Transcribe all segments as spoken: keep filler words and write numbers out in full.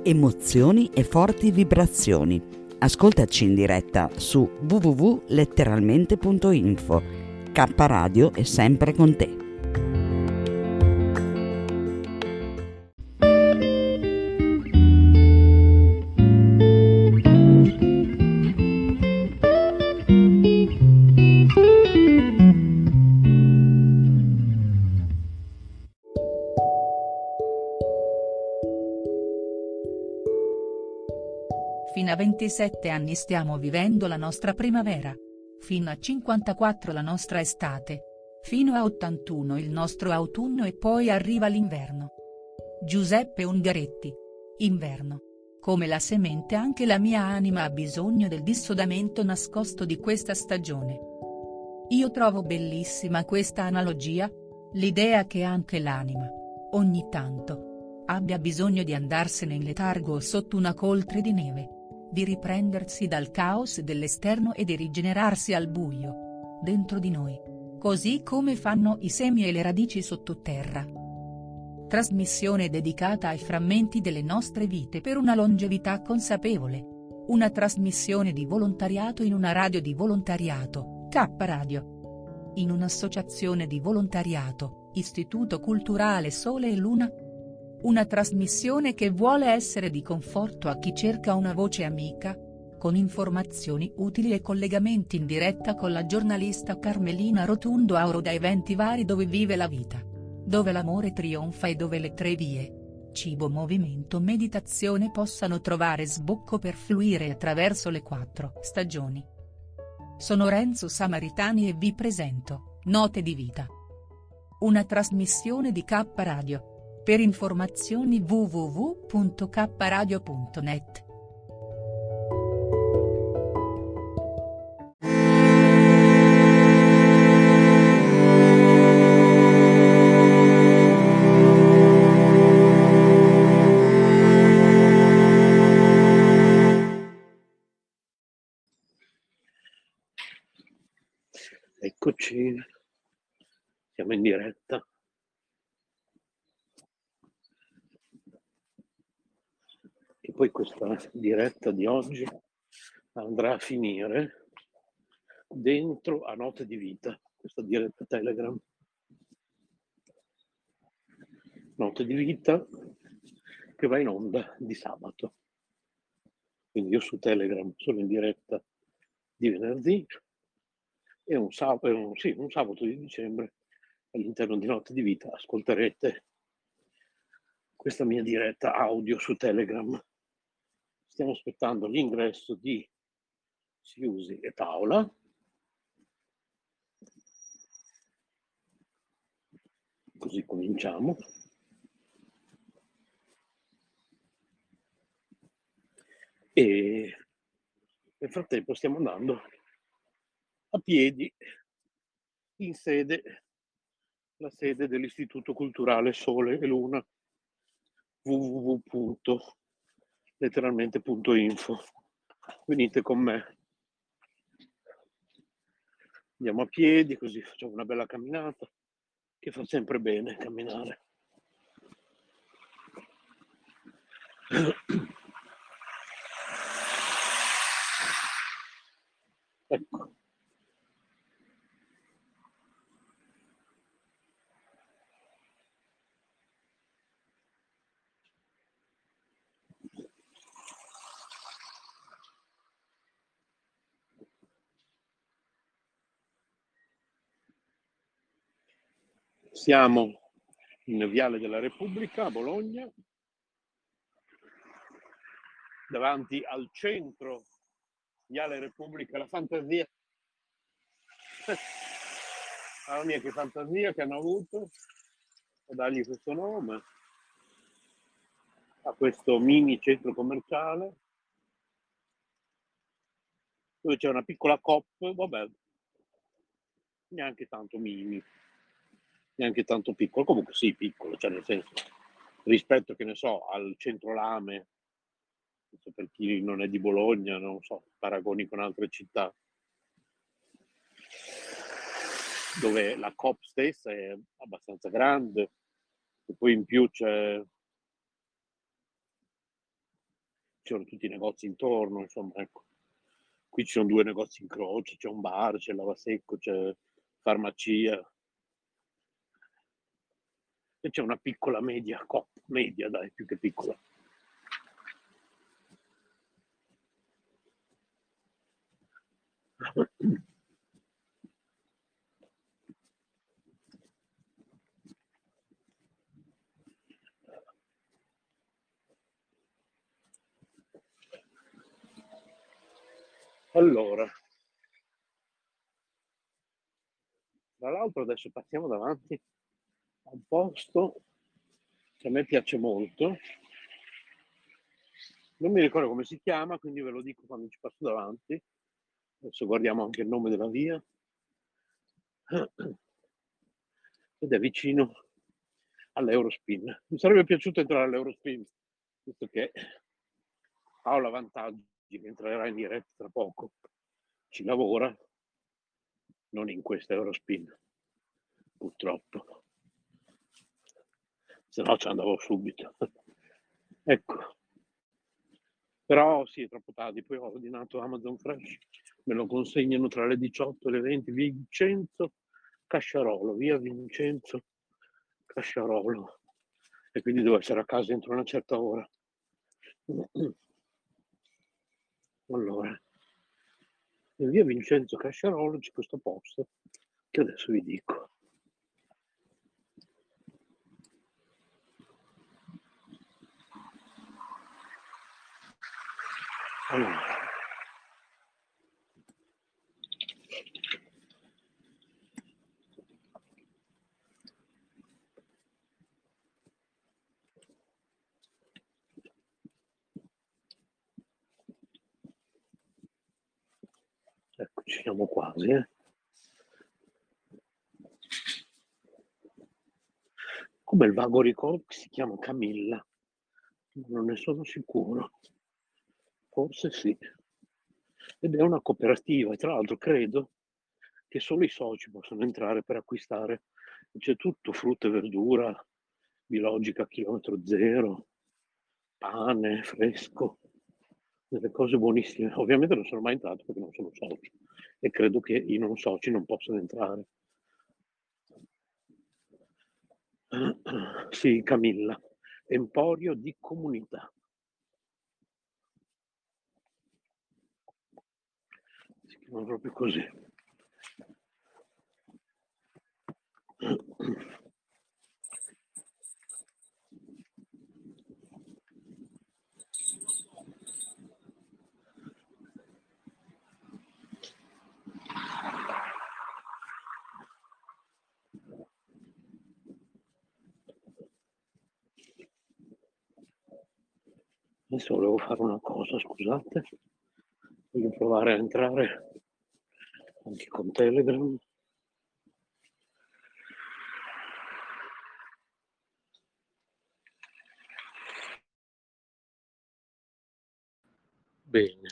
emozioni e forti vibrazioni. Ascoltaci in diretta su w w w punto letteralmente punto info. K Radio è sempre con te. Fino a ventisette anni stiamo vivendo la nostra primavera. Fino a cinquantaquattro la nostra estate. Fino a ottantuno il nostro autunno e poi arriva l'inverno. Giuseppe Ungaretti. Inverno. Come la semente anche la mia anima ha bisogno del dissodamento nascosto di questa stagione. Io trovo bellissima questa analogia, l'idea che anche l'anima, ogni tanto, abbia bisogno di andarsene in letargo sotto una coltre di neve, di riprendersi dal caos dell'esterno e di rigenerarsi al buio, dentro di noi, così come fanno i semi e le radici sottoterra. Trasmissione dedicata ai frammenti delle nostre vite per una longevità consapevole. Una trasmissione di volontariato in una radio di volontariato, K Radio. In un'associazione di volontariato, Istituto Culturale Sole e Luna. Una trasmissione che vuole essere di conforto a chi cerca una voce amica, con informazioni utili e collegamenti in diretta con la giornalista Carmelina Rotundo Auro da eventi vari dove vive la vita, dove l'amore trionfa e dove le tre vie, cibo, movimento, meditazione possano trovare sbocco per fluire attraverso le quattro stagioni. Sono Renzo Samaritani e vi presento Note di Vita. Una trasmissione di K Radio. Per informazioni w w w punto k radio punto net. Eccoci, siamo in diretta. E poi questa diretta di oggi andrà a finire dentro a Note di Vita, questa diretta Telegram. Note di Vita che va in onda di sabato. Quindi io su Telegram sono in diretta di venerdì e un sabato, un, sì, un sabato di dicembre all'interno di Note di Vita ascolterete questa mia diretta audio su Telegram. Stiamo aspettando l'ingresso di Siusi e Paola. Così cominciamo. E nel frattempo stiamo andando a piedi in sede, la sede dell'Istituto Culturale Sole e Luna, w w w punto letteralmente punto info. Venite con me. Andiamo a piedi, così facciamo una bella camminata, che fa sempre bene camminare. Ecco. Siamo in Viale della Repubblica a Bologna, davanti al centro Viale Repubblica, la fantasia. Mamma mia, che fantasia che hanno avuto a dargli questo nome a questo mini centro commerciale dove c'è una piccola Coop, vabbè, neanche tanto mini, neanche tanto piccolo, comunque sì, piccolo, cioè nel senso, rispetto, che ne so, al centro Lame, per chi non è di Bologna, non so, paragoni con altre città, dove la Coop stessa è abbastanza grande, e poi in più c'è c'erano tutti i negozi intorno, insomma, ecco. Qui ci sono due negozi in croce, c'è un bar, c'è il lavasecco, c'è farmacia. E c'è una piccola media, Coop, media dai, più che piccola. Allora, tra l'altro adesso passiamo davanti a un posto che a me piace molto, non mi ricordo come si chiama, quindi ve lo dico quando ci passo davanti. Adesso guardiamo anche il nome della via. Ed è vicino all'Eurospin. Mi sarebbe piaciuto entrare all'Eurospin, visto che ha la vantaggio che entrerà in diretta tra poco. Ci lavora, non in questa Eurospin, purtroppo. Se no ci andavo subito. Ecco. Però sì, è troppo tardi. Poi ho ordinato Amazon Fresh, me lo consegnano tra le diciotto e le venti. Vincenzo Casciarolo, via Vincenzo Casciarolo. E quindi devo essere a casa entro una certa ora. Allora, in via Vincenzo Casciarolo c'è questo posto che adesso vi dico. Allora, ecco, ci siamo quasi, eh. Come il vago ricordo che si chiama Camilla, ma non ne sono sicuro. Forse sì. Ed è una cooperativa, e tra l'altro credo che solo i soci possono entrare per acquistare. C'è tutto, frutta e verdura, biologica a chilometro zero, pane fresco, delle cose buonissime. Ovviamente non sono mai entrato perché non sono socio e credo che i non soci non possano entrare. Sì, Camilla, Emporio di Comunità. Si chiama proprio così. Adesso volevo fare una cosa, scusate. Voglio provare a entrare anche con Telegram. Bene.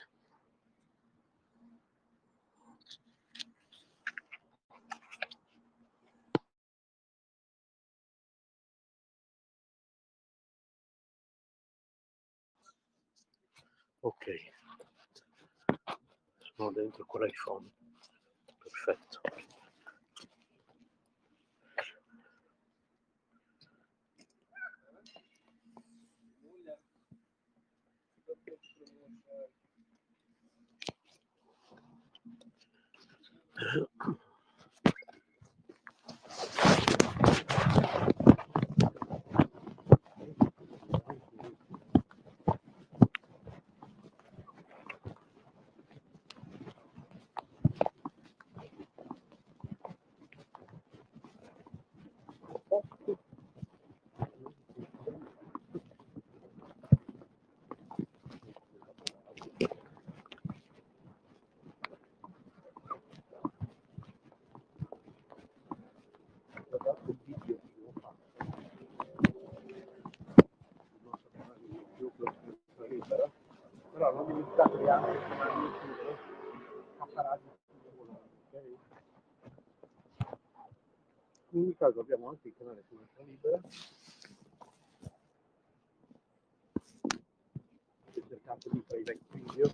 Ok. Sono dentro con l'iPhone. Perfetto. Però non dimenticatevi anche il canale YouTube Capparadio, ok? In ogni caso abbiamo anche il canale Sinistra Libera, che cercate di back video.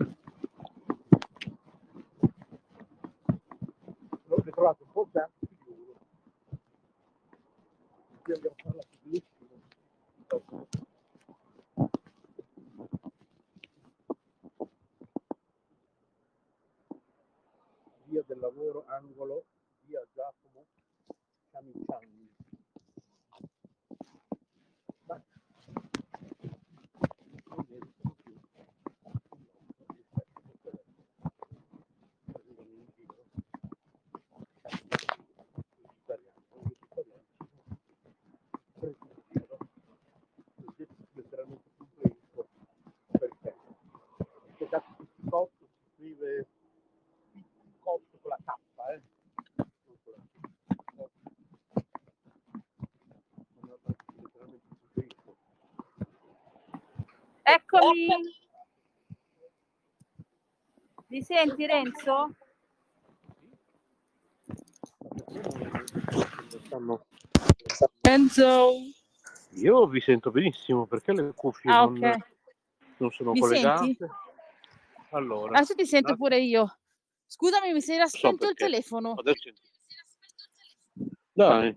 L'ho trovato un po' tempo di loro. Qui abbiamo parlato bellissimo. Via del lavoro, angolo, via Giacomo Camiciani. Ma letteralmente tutto info, perché questo cazzo di Pizzicotto si scrive Pizzicotto con la K, eh non con la P. Letteralmente tutto info. Eccomi. Mi senti, Renzo? Stanno- Renzo. Io vi sento benissimo perché le cuffie Ah, non, ok. non sono Mi collegate. senti? Allora, Adesso ti sento un pure io. Scusami, mi si era Non so spento il perché. telefono. Adesso... Dai,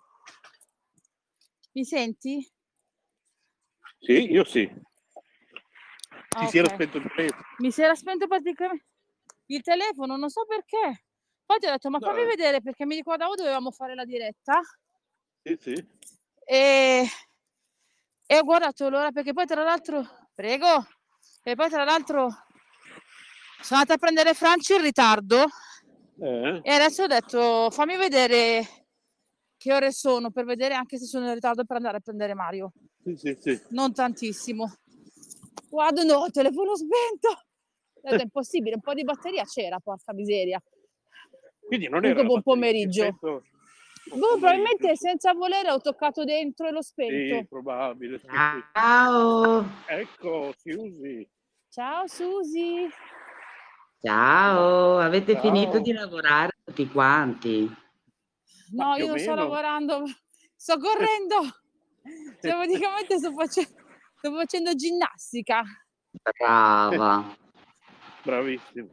Mi senti? sì, io sì. Ah, Ti si era ok. spento il telefono. Mi si era spento praticamente il telefono, non so perché. Poi ti ho detto, ma fammi Dai, vedere, perché mi ricordavo dovevamo fare la diretta. sì, sì. E, e ho guardato l'ora, perché poi tra l'altro, prego, e poi tra l'altro sono andata a prendere Franci in ritardo Eh, e adesso ho detto, fammi vedere che ore sono, per vedere anche se sono in ritardo per andare a prendere Mario. sì, sì, sì. Non tantissimo. Guarda, no, il telefono spento. Ho detto, è impossibile, un po' di batteria c'era, porca miseria. Quindi non Comunque era la buon batteria, si è pomeriggio. spento un Boh, pomeriggio. probabilmente senza volere ho toccato dentro e l'ho Sì, spento. probabile. Sì, sì. Ciao, Ecco, Siusi. Ciao Susi. ciao, avete Ciao. finito di lavorare tutti quanti? Ma No, più io o non sto meno. lavorando, sto correndo. Cioè, praticamente sto, face- sto facendo ginnastica. Brava. Bravissimo.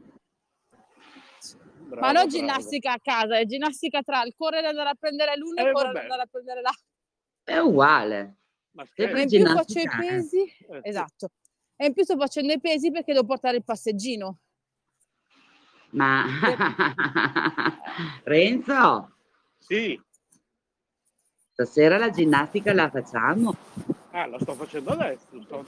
Ma Brava, non brava. ginnastica a casa, è ginnastica tra il correre e andare a prendere l'uno e Eh, correre e vabbè, andare a prendere l'altro. È uguale. ma E Sempre in scherzi. più faccio i ginnastica, eh. pesi. Eh, sì. Esatto. E in più sto facendo i pesi perché devo portare il passeggino. Ma Che- Renzo, Sì. stasera la ginnastica la facciamo? Ah, la sto facendo adesso. Sto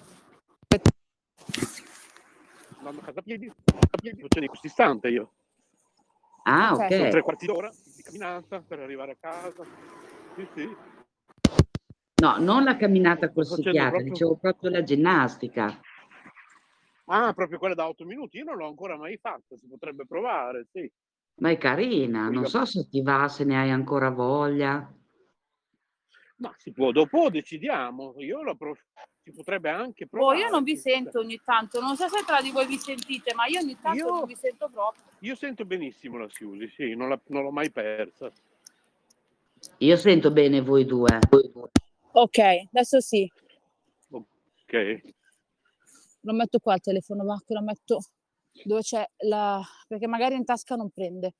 andando a casa a piedi. A piedi facendo in questo istante io. Ah, Ok. Sono ok. tre quarti d'ora di camminata per arrivare a casa. Sì, sì. No, non la camminata Sto facendo corsucchiata, proprio... dicevo proprio la ginnastica. Ah, proprio quella da otto minuti. Io non l'ho ancora mai fatta, si potrebbe provare, sì. Ma è carina, non so se ti va, se ne hai ancora voglia. Ma si può, dopo decidiamo. Io la prov- si potrebbe anche Boh, provare. io non vi Sì. sento ogni tanto, non so se tra di voi vi sentite, ma io ogni tanto Io- non vi sento proprio. Io sento benissimo la Siusi, sì, non, la- non l'ho mai persa. Io sento bene voi due. Ok, adesso sì. Ok. Lo metto qua il telefono, va, che lo metto dove c'è la... perché magari in tasca non prende.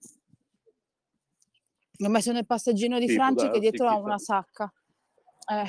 L'ho messo nel passeggino di Sì, può Franci che darsi, dietro ha chissà. una sacca. Eh.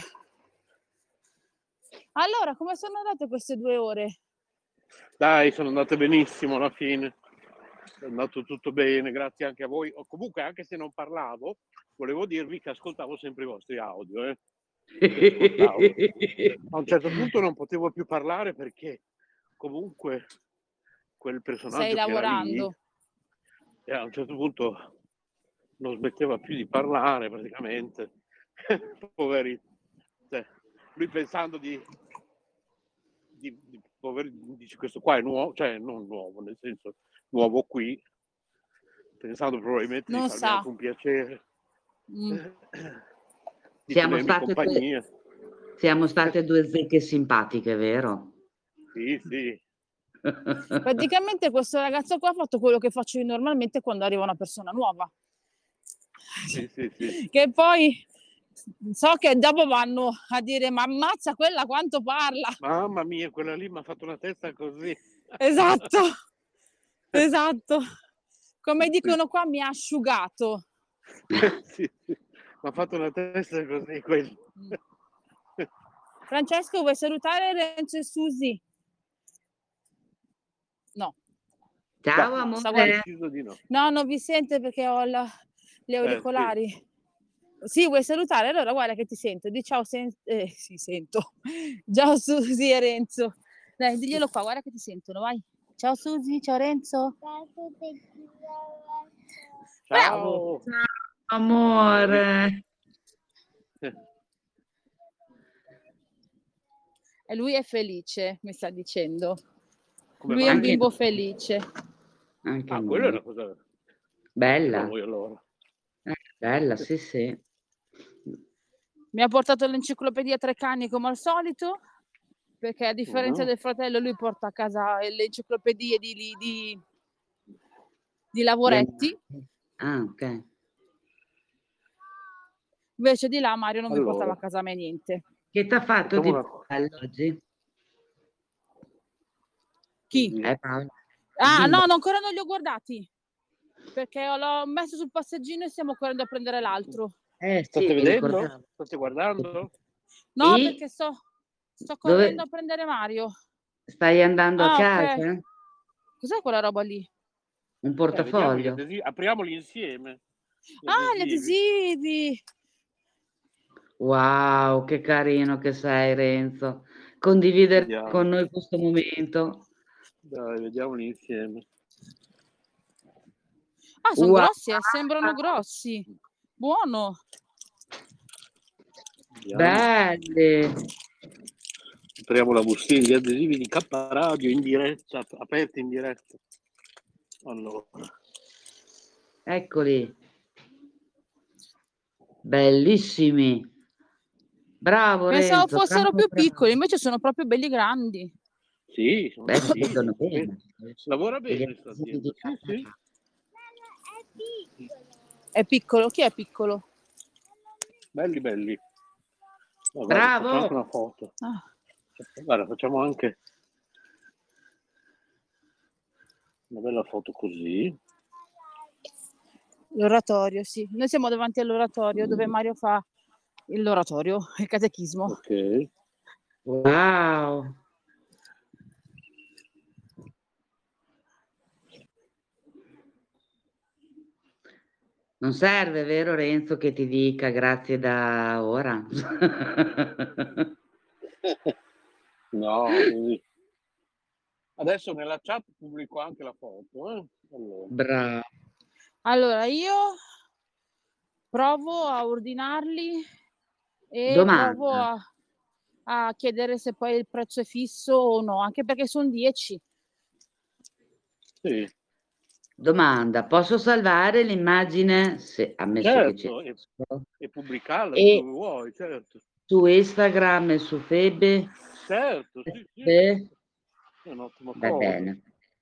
Allora, come sono andate queste due ore? Dai, sono andate benissimo alla fine. È andato tutto bene, grazie anche a voi. O comunque, anche se non parlavo, volevo dirvi che ascoltavo sempre i vostri audio. Eh. Ascoltavo. A un certo punto non potevo più parlare perché comunque quel personaggio Stai che era lì, lavorando? e a un certo punto non smetteva più di parlare praticamente. Poveri. Cioè, lui pensando di, di, di poveri, dice questo qua è nuovo, cioè non nuovo, nel senso nuovo qui, pensando probabilmente Non di farmi sa. anche un piacere. Mm. Di Siamo tenermi state, compagnia. due, siamo state due zecche simpatiche, vero? Sì, sì. Praticamente questo ragazzo qua ha fatto quello che faccio io normalmente quando arriva una persona nuova. Sì, sì, sì. Che poi So che dopo vanno a dire: "Ma ammazza quella quanto parla!" Mamma mia, quella lì m'ha fatto una testa così. Esatto, esatto. Come Sì. dicono qua, mi ha asciugato. Sì, sì. M'ha fatto una testa così quello. Francesco, vuoi salutare Renzo e Susi? No. Ciao No, Sta amore. guard- deciso di no. No, non vi sente perché ho la- le Eh, auricolari. Sì, vuoi salutare? Allora guarda che ti sento. Di ciao, sen- eh, sì, sento. Ciao Susi e Renzo. Dai, diglielo qua, guarda che ti sentono, vai. Ciao Susi, ciao Renzo. Bravo. Ciao. Amore. E lui è felice, mi sta dicendo. Come Lui è un mai? bimbo felice. Anche Ah, noi. quella è una cosa per Bella. noi allora. Eh, bella, sì, sì. Mi ha portato l'enciclopedia Treccani come al solito, perché a differenza Ah. del fratello lui porta a casa le enciclopedie di, di, di, di lavoretti, Ah, ok. invece di là Mario non mi Allora. portava a casa mai niente. Che ti ha fatto di Facciamo una- bello oggi? Chi? Eh, Paolo. Ah, Bimbo. no, no, ancora non li ho guardati, perché l'ho messo sul passeggino e stiamo correndo a prendere l'altro. Eh, State sì, mi vedendo? ricordavo. State guardando? No, E? perché sto, sto Dove- correndo a prendere Mario. Stai andando Ah, a ok. casa? Cos'è quella roba lì? Un Eh, vediamo gli portafoglio? adesivi. Apriamoli insieme. Gli Ah, gli adesivi. adesivi! Wow, che carino che sei, Renzo. Condividere Vediamo. con noi questo momento. Dai, vediamoli insieme. Ah, sono Wow. grossi, eh, sembrano grossi. Buono. Vediamo. Belli. Apriamo la bustina, gli adesivi di K Radio in diretta, aperti in diretta. Allora. Eccoli. Bellissimi. Bravo, Pensavo Renzo. fossero bravo, più bravo. piccoli, invece sono proprio belli grandi. Sì, sono Beh, si bellissimi. vedono bene. Lavora Degli bene sta adesivi azienda. di Sì, sì. carta. È piccolo? Chi è piccolo? Belli, belli. Oh, guarda, Bravo. facciamo anche una foto. Ah, Guarda, facciamo anche una bella foto così. l'oratorio, sì. Noi siamo davanti all'oratorio dove Mario fa il- l'oratorio, il catechismo. Ok. Wow. Non serve, vero Renzo, che ti dica grazie da ora? No, così. Adesso nella chat pubblico anche la foto. Eh? Allora. Bravo. Allora, io provo a ordinarli e Domanda. provo a, a chiedere se poi il prezzo è fisso o no, anche perché sono dieci. Sì, Domanda, posso salvare l'immagine, se, ammesso che certo, e, c'è, e pubblicarla E- dove vuoi, certo. su Instagram e su Febe? Certo, sì, sì. Eh, È un'ottima Va cosa. bene.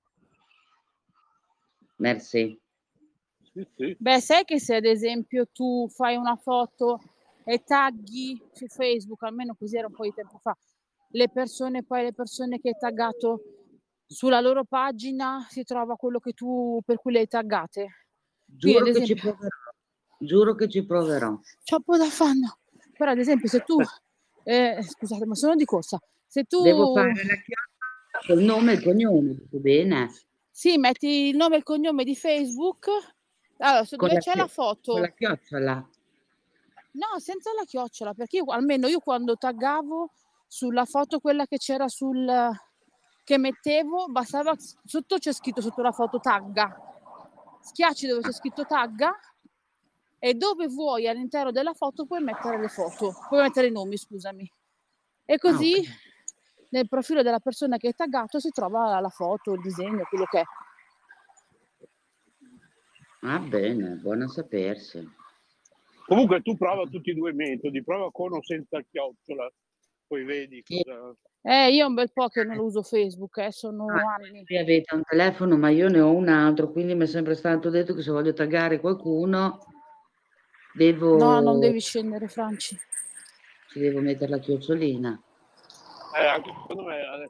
Merci. Sì, sì. Beh, sai che se ad esempio tu fai una foto e tagghi su Facebook, almeno così era un po' di tempo fa, le persone, poi le persone che hai taggato sulla loro pagina si trova quello che tu per cui le hai taggate. Quindi, Giuro ad che ci esempio, proverò. Giuro che ci proverò. c'ho un po' da fanno. Però ad esempio se tu eh, scusate, ma sono di corsa. Se tu Devo fare la chiamata col nome e il cognome, tutto bene? sì, metti il nome e il cognome di Facebook. Allora, se Con dove la c'è chi- la foto. Con la chiocciola. No, senza la chiocciola, perché io almeno io quando taggavo sulla foto quella che c'era sul che mettevo, bastava sotto c'è scritto sotto la foto tagga. Schiacci dove c'è scritto tagga e dove vuoi all'interno della foto puoi mettere le foto, puoi mettere i nomi, scusami. E così Ah, ok. nel profilo della persona che hai taggato si trova la foto, il disegno, quello che è. Ah, bene, buono a sapersi. Comunque tu prova tutti e due i metodi, prova con o senza chiocciola, poi vedi Sì. cosa... Eh, io un bel po' che non uso Facebook, eh, sono Ah, anni. voi avete un telefono, ma io ne ho un altro, quindi mi è sempre stato detto che se voglio taggare qualcuno No, non Devo devi scendere, Franci. ci devo mettere la chiocciolina. Eh, anche secondo me adesso.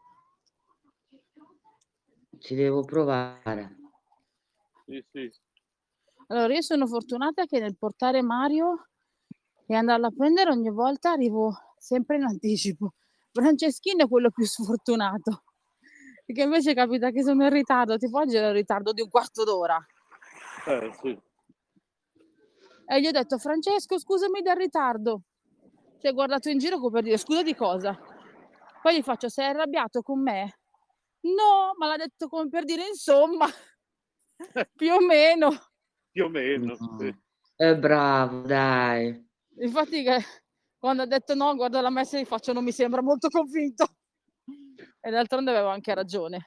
Ci devo provare. Sì, sì. Allora, io sono fortunata che nel portare Mario e andarlo a prendere ogni volta arrivo sempre in anticipo. Franceschino è quello più sfortunato, perché invece capita che sono in ritardo, tipo oggi ero in ritardo di un quarto d'ora. Eh, sì. E gli ho detto: Francesco, scusami del ritardo. Si è guardato in giro come per dire: scusa di cosa? Poi gli faccio: sei arrabbiato con me? No, ma l'ha detto come per dire insomma, più o meno. Più o meno, No. sì. È bravo, dai. Infatti che quando ha detto no, guarda la messa e gli faccio: non mi sembra molto convinto. E d'altronde avevo anche ragione.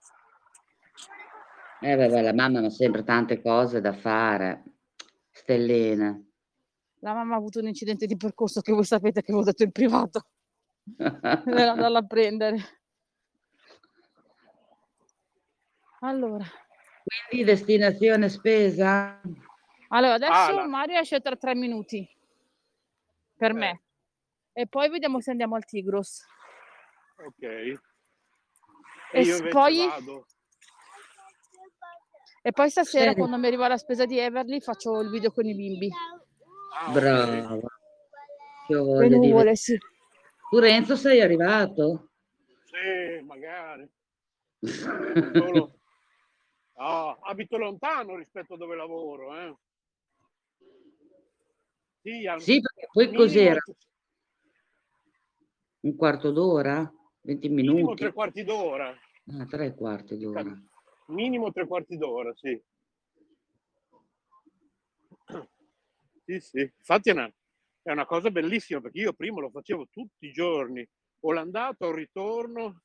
Eh vabbè, la mamma ha sempre tante cose da fare. Stellina. La mamma ha avuto un incidente di percorso che voi sapete che avevo detto in privato. Per andarla a prendere. Allora. Quindi destinazione spesa? Allora, Ah, adesso la... Mario esce tra tre minuti. Per eh, me. E poi vediamo se andiamo al Tigros. ok. E, E io s- invece poi, vado. e poi stasera, Senti, quando mi arriva la spesa di Everly, faccio il video con i bimbi. Ah, ok. brava. Che ho Le voglia di nuvole, vedere. sì. Tu Renzo sei arrivato? Sì, magari. Solo... Ah, abito lontano rispetto a dove lavoro, eh. Sì, al Sì, perché poi minimo, cos'era? Un quarto d'ora? venti minimo minuti? tre quarti d'ora. Ah, tre quarti d'ora. Minimo tre quarti d'ora, sì. Sì, sì. Infatti è una, è una cosa bellissima, perché io prima lo facevo tutti i giorni. O l'andata o il ritorno.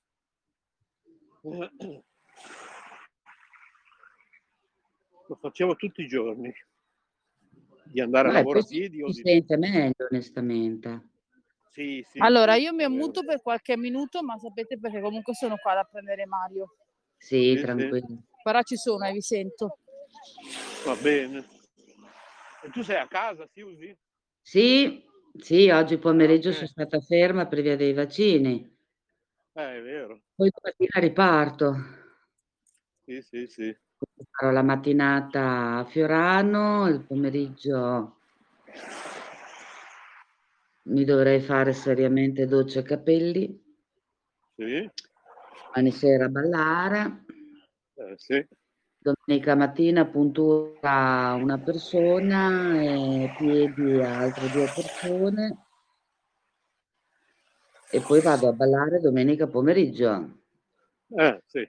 Lo facevo tutti i giorni. Di andare a Beh, lavoro poi a si, piedi o si di... sente meglio, onestamente. Sì, sì, Allora, sì, io mi è vero. ammuto per qualche minuto, ma sapete perché comunque sono qua da prendere Mario. Sì, Sì, sì. tranquillo. Però ci sono e vi sento. Va bene. E tu sei a casa, Siusi? Sì, sì, oggi Ah, pomeriggio sono ok. stata ferma per via dei vaccini. Eh, è vero. Poi domattina riparto. Sì, sì, sì. Farò la mattinata a Fiorano, il pomeriggio mi dovrei fare seriamente doccia e capelli, Sì, domani sera a ballare, eh, sì. domenica mattina puntura una persona e piedi a altre due persone e poi vado a ballare domenica pomeriggio. Eh, sì.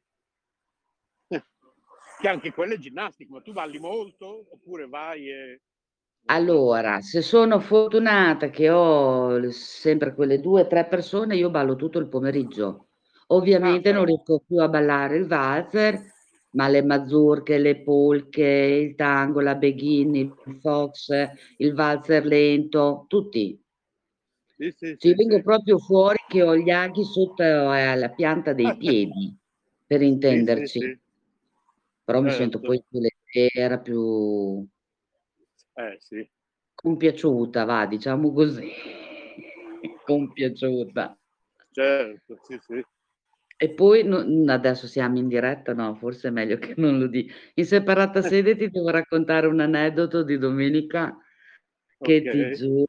Che anche quella è ginnastica, ma tu balli molto oppure vai e... Allora, se sono fortunata che ho l sempre quelle due, tre persone, io ballo tutto il pomeriggio. Ah, Ovviamente non certo. riesco più a ballare il valzer, ma le mazurche, le polche, il tango, la beghini, il fox, il valzer lento, tutti. Sì, sì, Ci sì, vengo sì. proprio fuori che ho gli aghi sotto eh, alla pianta dei piedi, per Sì, sì, intenderci. sì, Però mi sento certo. poi più leggera, più Eh, sì. compiaciuta, va, diciamo così. Compiaciuta. Certo, sì, sì. E poi no mhmm, adesso siamo in diretta, no, forse è meglio che non lo di in separata sede ti devo raccontare un aneddoto di domenica che ti Ok. giuro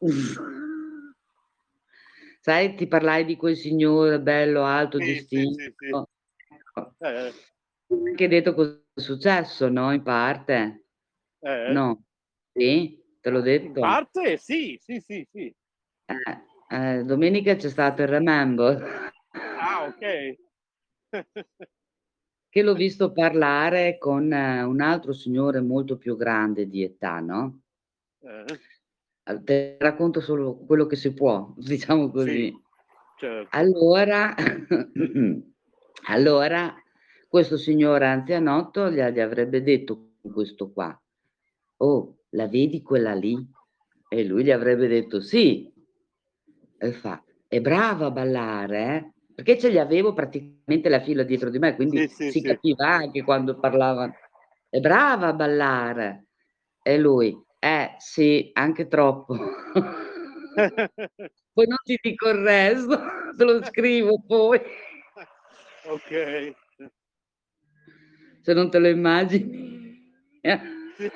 sai, ti parlai di quel signore bello, alto, Sì, sì, distinto, sì, sì. ecco. Eh, Ti ho anche detto cosa è successo, no, in parte? eh. No? Sì? Te l'ho In detto? parte sì, sì, sì, sì. Eh, eh, domenica c'è stato il Remember, Ah, ok. che l'ho visto parlare con eh, un altro signore molto più grande di età, no, Eh, al te racconto solo quello che si può, diciamo sì, così. certo. Allora allora questo signore anzianotto gli a gli avrebbe detto questo qua: "Oh, la vedi quella lì?" E lui gli avrebbe detto: "Sì." E fa: "È brava a ballare, eh?" Perché ce li avevo praticamente la fila dietro di me, Sì, quindi sì, si sì. capiva anche quando parlavan. "È brava a ballare." E lui: Eh, sì, anche troppo. Poi non ti dico il resto, te lo scrivo poi. Ok. Se non te lo immagini. Sì.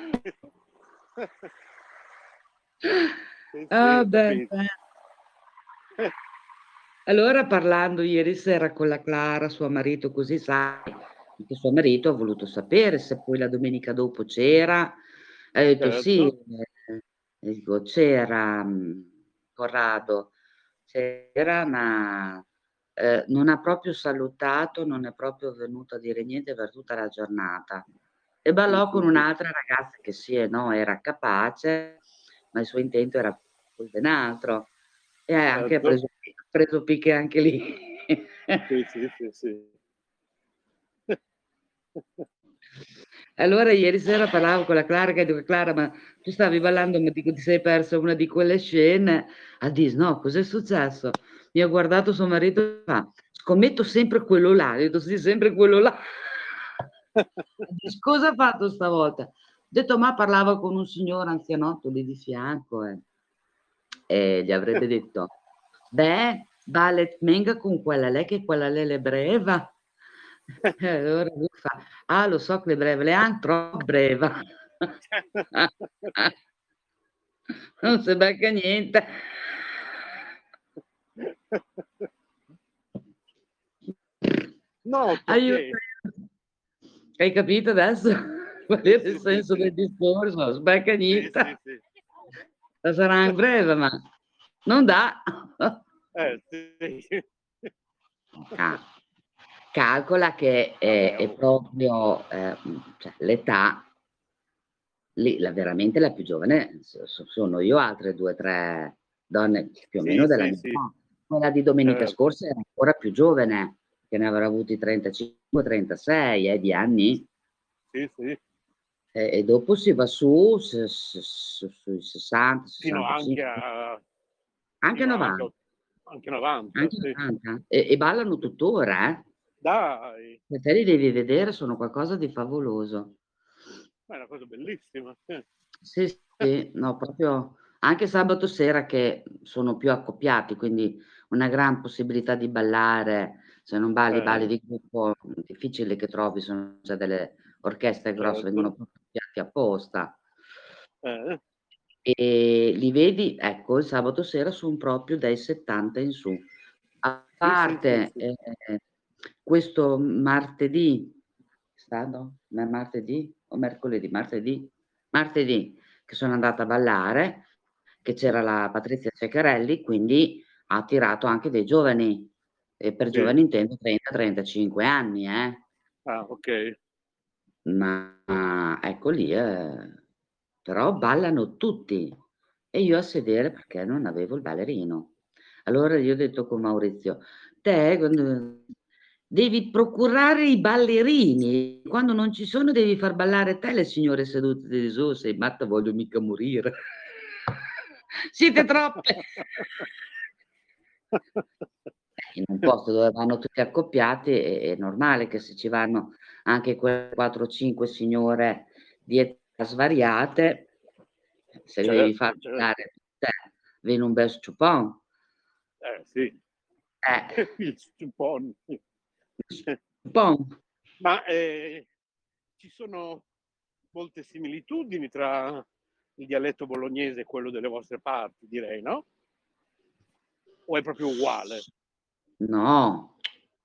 Sì, sì, Ah, ho beh, capito. beh. Allora, parlando ieri sera con la Clara, suo marito, così sai, che suo marito ha voluto sapere se poi la domenica dopo c'era. Ha detto sì, Certo. eh, dico, c'era mh, Corrado, c'era, ma eh, non ha proprio salutato, non è proprio venuto a dire niente per tutta la giornata. E Sì, ballò sì, con sì. un'altra ragazza che sì e no, era capace, ma il suo intento era poi ben altro. E anche ha Certo. preso, ha preso picche anche lì. Sì, sì, sì, sì. Allora ieri sera parlavo con la Clara che dico: Clara, ma tu stavi ballando, ma dico, ti sei persa una di quelle scene? A dis, no, cos'è successo? Mi ha guardato suo marito e fa, scommetto sempre quello là. Ho detto, sì, sempre quello là. Dis, cosa ha fatto stavolta? Ho detto, ma parlava con un signore anzianotto lì di fianco eh. E gli avrebbe detto, beh, ballet menga con quella lei che quella lei è breva. E allora lui fa, ah, lo so che le breve, le han troppo breva. Non si becca niente. No, Aiuto. perché? Hai capito adesso qual Sì, era il sì, sì, senso sì. del discorso? Sbecca Sì, sì, niente. sì. La sarà anche breve, ma non dà. Eh, sì. Cal- Calcola che è, Vabbè, è oh. proprio eh, cioè, l'età, lì, la, veramente la più giovane so- so- sono io, altre due o tre donne più o Sì, meno della sì, mia sì. età. Quella di domenica Certo. scorsa era ancora più giovane, che ne avrà avuti trentacinque trentasei eh, di anni. Sì, sì. E, e dopo si va su, su, su, su sui sessanta, Fino anche sessantacinque, a anche fino anche novanta, a anche novanta, anche sì. novanta. E, e ballano tuttora, eh. Dai, Se te li devi vedere, sono qualcosa di favoloso. ma è una cosa bellissima. Sì. Sì, sì, no, proprio anche sabato sera che sono più accoppiati, quindi una gran possibilità di ballare. Se non balli, balli Eh, di gruppo, difficile che trovi, sono già delle orchestre grosse, certo. vengono proprio accoppiati apposta. Eh, E li vedi, ecco, il sabato sera son proprio dai settanta in su. A sì, sì, sì, parte, sì. ehm, questo martedì stato? Ma martedì o mercoledì? Martedì? Martedì che sono andata a ballare, che c'era la Patrizia Ceccarelli, quindi ha attirato anche dei giovani, e per Sì. giovani intendo trenta, trentacinque anni, eh. Ah, okay. Ma ecco lì, ehm, però ballano tutti e io a sedere perché non avevo il ballerino. Allora io ho detto con Maurizio: "Te quando devi procurare i ballerini, quando non ci sono devi far ballare te le signore sedute di su, sei matta, voglio mica morire. Siete troppe." Eh, in un posto dove vanno tutti accoppiati è è normale che se ci vanno anche quelle quattro o cinque signore di età svariate, se le devi far Certo, certo. ballare te, viene un bel sciupon. Eh, sì. Eh, Il stupon. sciupon. Ma, ehm, ci sono molte similitudini tra il dialetto bolognese e quello delle vostre parti, direi, no? O è proprio uguale? No,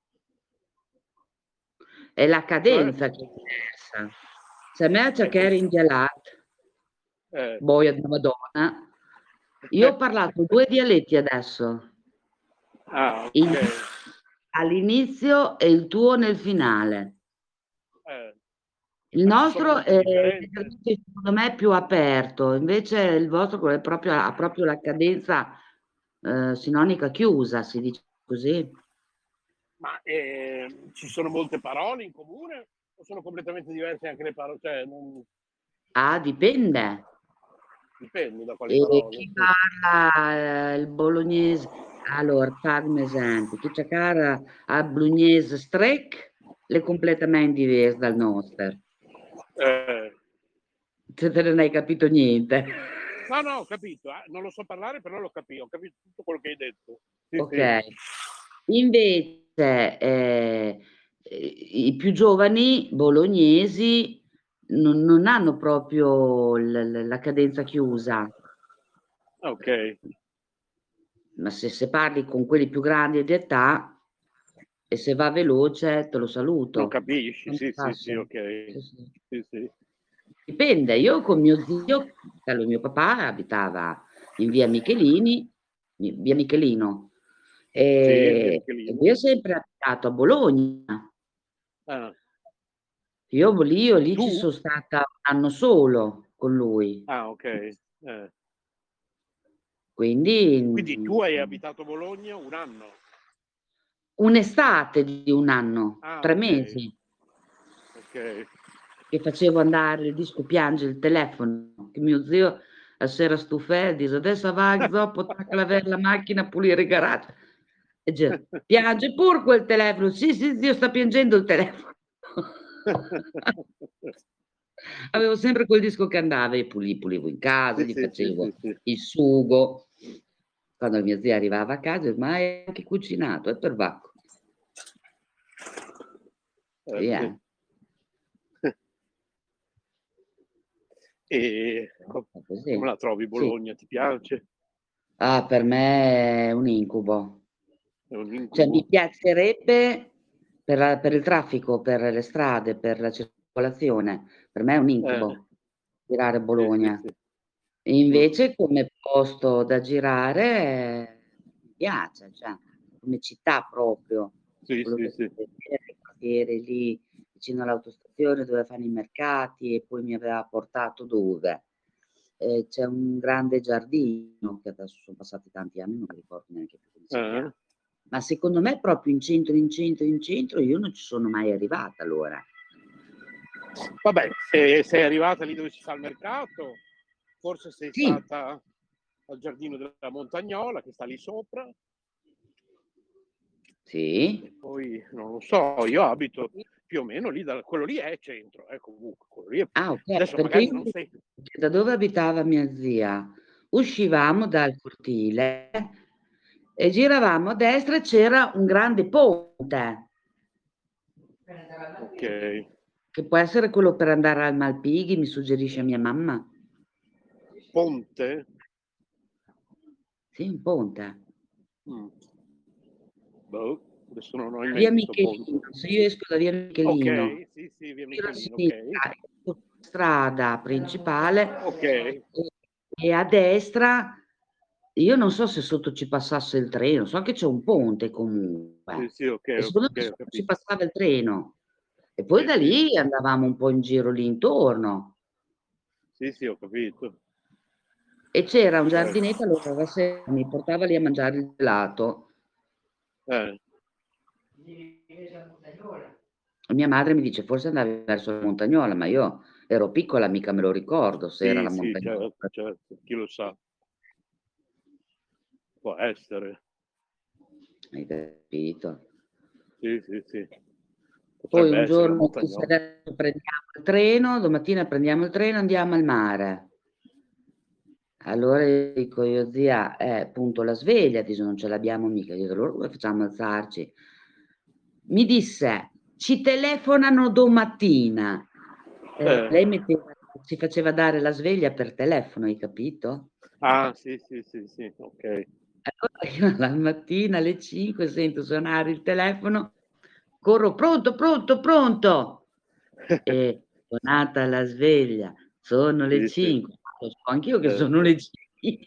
è la Cioè? cadenza che è diversa. Se a me Eh, com cercare in dialat, eh. boia di Madonna, io ho parlato due dialetti adesso. Ah, Il okay. all'inizio e il tuo nel finale. Eh. Il Ma ci sono nostro molte è differenze? leggermente, secondo me, più aperto, invece il vostro è proprio ha proprio la cadenza, ehm, sinonica chiusa, si dice così? Ma, ehm, ci sono molte parole in comune o sono completamente diverse anche le paro cioè non Ah, dipende. dipende da quali E parole, chi sì. parla, ehm, il bolognese allora, fai un esempio, chi c'è cara a bolognese strec l'è completamente divers dal noster. Eh. se te non hai capito niente. No, no, ho capito, eh, non lo so parlare, però l'ho capito, ho capito tutto quello che hai detto. Sì, sì. Ok. Invece eh, i più giovani bolognesi non, non hanno proprio l- l- la cadenza chiusa, Ok, ma se, se parli con quelli più grandi di età e se va veloce te lo lo saluto. capisci, Quanto sì, sì, sì, passo? ok. Sì, sì. Sì, sì. Dipende, io con mio zio, fratello mio papà, abitava in via Michelini, via Michelino, Sì, via e, e Michelino. lui è sempre abitato a Bologna. Ah, Io lì, io lì ci tu? sono stata un anno solo con lui, Ah, ok. Eh. quindi Quindi tu hai mm, abitato a Bologna un anno. un'estate di un anno, Ah, tre ok, mesi, ok. che facevo andare il disco piange il telefono, che mio zio a sera stufa dice adesso va zoppo, tacca la ver- la macchina a pulire il garage. E dice, piange pur quel telefono, sì sì zio sta piangendo il telefono. Avevo sempre quel disco che andava e puli- pulivo in casa, Sì, gli sì, sì, sì, facevo sì. il sugo. Quando mia zia arrivava a casa, ma hai anche cucinato, è per Vacco. Eh, Sì, sì. eh. E co- È come così. la trovi Sì. Bologna? Ti piace? Ah, per me è un incubo. È un Cioè, mi incubo? piacerebbe per, la- per il traffico, per le strade, per la circolazione. Per me è un Eh, incubo girare sì, sì, Bologna. sì. E Mm. invece come posto da girare eh, mi piace, cioè, come città proprio, Sì, quello sì, che sì. vedere, il quartiere lì vicino all'autostazione dove fanno i mercati e poi mi aveva portato dove? Eh, c'è un grande giardino che adesso sono passati tanti anni, non mi ricordo neanche più come si Eh? chiama. Ma secondo me proprio in centro, in centro, in centro io non ci sono mai arrivata allora. Vabbè, se sei arrivata lì dove si fa il mercato, forse sei Sì, stata al giardino della Montagnola che sta lì sopra, sì. e poi non lo so, io abito più o meno lì, da, quello lì è centro, eh, comunque, quello lì è- Ah, ok, adesso perché magari io non sei... da dove abitava mia zia uscivamo dal cortile e giravamo a destra e c'era un grande ponte, Ok, che può essere quello per andare al Malpighi, mi suggerisce mia mamma. Ponte? Sì, un ponte. Mm. Boh, adesso non ho in Via mente sto Michelino, ponte. se io esco da via Michelino, Ok, sì, sì, via giro a Michelino, ok. sinistra, esco sulla strada principale Ok, e, e a destra, io non so se sotto ci passasse il treno, so che c'è un ponte sì, comunque, sì, ok, e secondo me ok, ho sotto ci capito. passava il treno. E poi Sì, da sì, lì andavamo un po' in giro lì intorno. sì, sì, ho capito. E c'era un Certo. giardinetto, allora la sera mi portava lì a mangiare il gelato. Eh, E mia madre mi dice, forse andavi verso la Montagnola, ma io ero piccola, mica me lo ricordo se era sì, la sì, Montagnola. certo, certo, chi lo sa, può essere. Hai capito? Sì, sì, sì, Poi potrebbe un essere la giorno disse, Montagnola. adesso prendiamo il treno, domattina prendiamo il treno, andiamo al mare. Allora io dico io, zia, è appunto la sveglia, dice, non ce l'abbiamo mica. Io dico, allora come facciamo a alzarci? Mi disse, ci telefonano domattina. Eh, Eh, lei metteva, si faceva dare la sveglia per telefono, hai capito? ah, sì, sì, sì, sì, ok. Allora io la mattina alle cinque sento suonare il telefono, corro, pronto, pronto, pronto. E suonata la sveglia, sono le Sì, sì, cinque, lo so anch'io che sono certo. le cinque.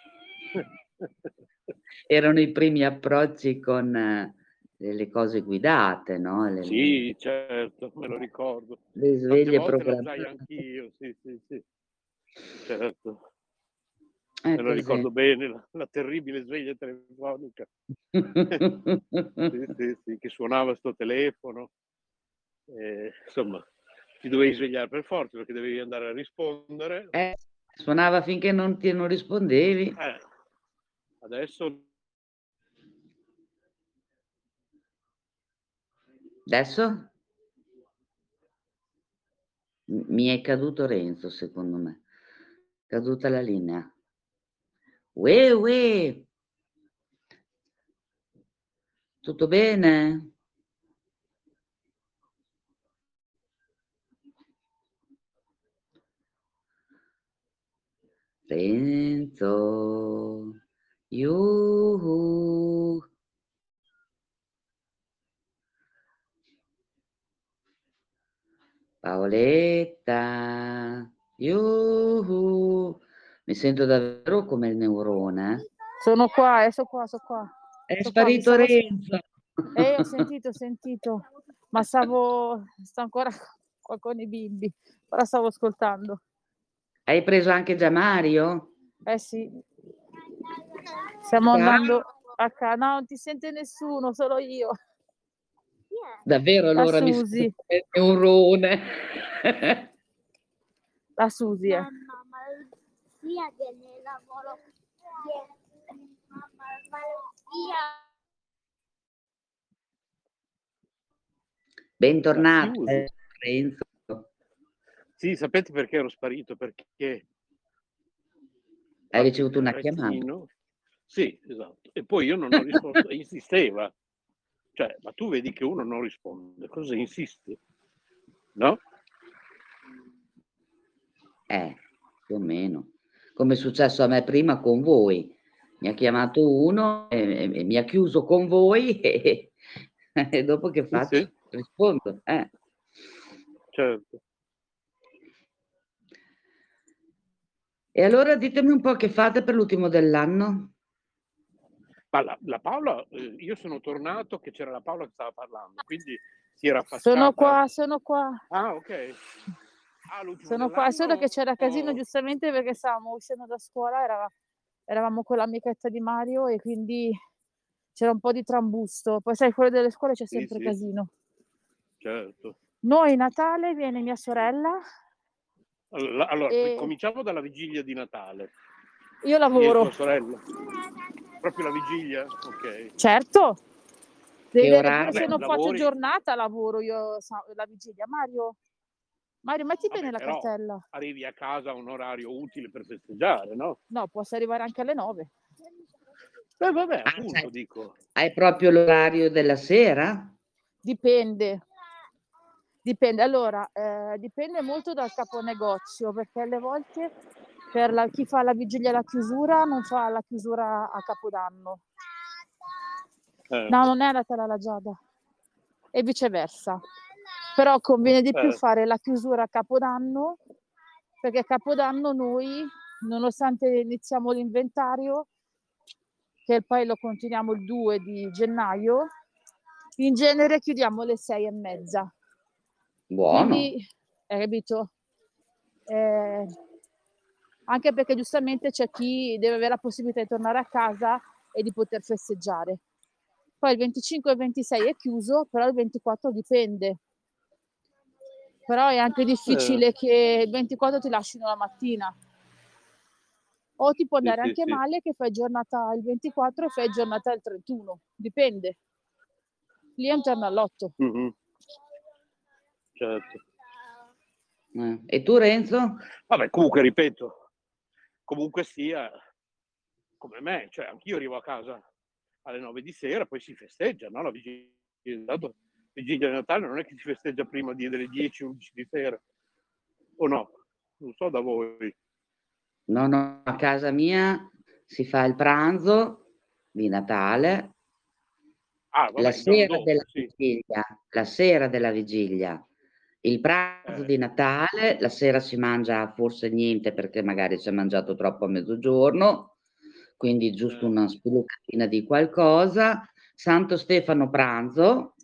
Erano i primi approcci con eh, le cose guidate, no? Le, le- le- Sì, certo, me lo ricordo. le Tante sveglie volte la usai programmate. anch'io, sì, sì, sì, certo. È Me lo così. ricordo bene, la, la terribile sveglia telefonica. Sì, sì, sì, che suonava sto telefono. E, insomma, ti dovevi svegliare per forza perché dovevi andare a rispondere. Eh, suonava finché non ti non rispondevi. Eh, adesso Adesso? Mi è caduto Renzo, secondo me. Caduta la linea. Uè, uè. Tutto bene? Renzo. Yuhu. Paoletta. Yuhu. Mi sento davvero come il neurone. Sono qua, eh, sono qua, sono qua. È Sono qua, mi sparito stavo- Renzo. Eh, ho sentito, ho sentito, ma stavo, sto ancora qua con i bimbi, ora stavo ascoltando. Hai preso anche già Mario? Eh sì, stiamo Ciao. andando a casa, no, non ti sente nessuno, solo io. Davvero La allora mi Susi. sento come il neurone. La Susi, eh. Mamma, malattia del lavoro. Mamma, malattia. Bentornato La Susi. Renzo. Sì, sapete perché ero sparito? Perché Hai ricevuto una Rettino- chiamata? Sì, esatto. E poi io non ho risposto, e insisteva. Cioè, ma tu vedi che uno non risponde, cosa insisti? No? Eh, più o meno. Come è successo a me prima con voi. Mi ha chiamato uno e, e- e mi ha chiuso con voi e, e dopo che faccio? sì. Rispondo. Eh. Certo. E allora ditemi un po' che fate per l'ultimo dell'anno? Ma la, la Paola, eh, io sono tornato che c'era la Paola che stava parlando, quindi si era affacciata. Sono qua, sono qua, Ah, ok. Ah, l'ultimo sono qua, solo dell'anno? che c'era casino Oh, giustamente perché stavamo uscendo da scuola, erava- eravamo con l'amichetta di Mario e quindi c'era un po' di trambusto. Poi sai, fuori dalle scuole c'è Sì, sempre sì. casino. certo. Noi Natale viene mia sorella, Allora, allora, E- cominciamo dalla vigilia di Natale. io Viene lavoro, tua sorella? Proprio la vigilia? Ok. certo. Devi Che vedere, pure orario? se Vabbè, non faccio lavori- giornata lavoro io sa- la vigilia. Mario, Mario, metti Vabbè, bene la però cartella. arrivi a casa a un orario utile per festeggiare, no? No, posso arrivare anche alle nove. Eh, vabbè, Ah, appunto, cioè, dico. hai proprio l'orario della sera? Dipende. Dipende. Allora, eh, dipende molto dal caponegozio, perché alle volte per la- chi fa la vigilia alla chiusura non fa la chiusura a Capodanno. Eh, No, non è andata la Giada. E viceversa. Però conviene di più Eh. fare la chiusura a Capodanno, perché a Capodanno noi, nonostante iniziamo l'inventario, che poi lo continuiamo il due di gennaio, in genere chiudiamo alle sei e mezza. Buono. Quindi, hai capito? Eh, anche perché giustamente c'è chi deve avere la possibilità di tornare a casa e di poter festeggiare. Poi il venticinque e il ventisei è chiuso, però il ventiquattro dipende. Però è anche difficile Eh. che il ventiquattro ti lasciano la mattina. O ti può andare sì, anche sì. male che fai giornata il ventiquattro e fai giornata il trentuno. Dipende. Lì è un terno all'otto. Mhm. Certo. Eh. E tu Renzo? Vabbè, comunque, ripeto, comunque sia come me, cioè anch'io arrivo a casa alle nove di sera, poi si festeggia, no? La vigilia, tanto, vigilia di Natale non è che si festeggia prima di, delle dieci undici di sera, o no? Non so da voi. No, no, a casa mia si fa il pranzo di Natale, Ah, vabbè, la il giorno sera dopo, della sì. vigilia, la sera della vigilia, il pranzo Eh. di Natale, la sera si mangia forse niente perché magari si è mangiato troppo a mezzogiorno, quindi giusto Eh. una spiluccatina di qualcosa, Santo Stefano pranzo,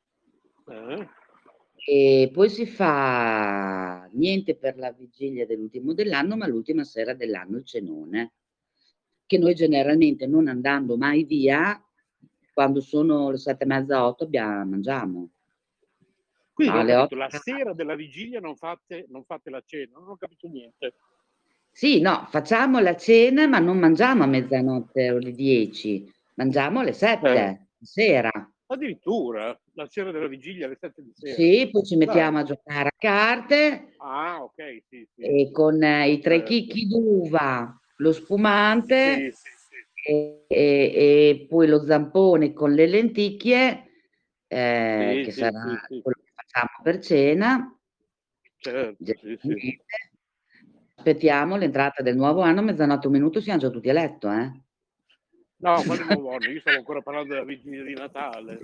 Eh. e poi si fa niente per la vigilia dell'ultimo dell'anno, ma l'ultima sera dell'anno il cenone, che noi generalmente non andando mai via, quando sono le sette e mezza, otto abbiamo, mangiamo. Quindi No, non ho alle capito, otto. la sera della vigilia non fate, non fate la cena, non ho capito niente. Sì, no, facciamo la cena, ma non mangiamo a mezzanotte o alle dieci, mangiamo alle sette Eh. sera. Ah, Addirittura, la sera della vigilia alle sette di sera. Sì, poi ci Dai. mettiamo a giocare a carte Ah, ok, sì, sì. e con eh, i tre Certo. chicchi d'uva, lo spumante Sì, sì, sì. e, e- e poi lo zampone con le lenticchie, eh, Sì, che sì, sarà sì, sì. quello che facciamo per cena. Certo, sì, sì. Generalmente. Aspettiamo l'entrata del nuovo anno, mezzanotte un minuto, siamo già tutti a letto, eh? No, quale nuovo anno? Io stavo ancora parlando della vigilia di Natale.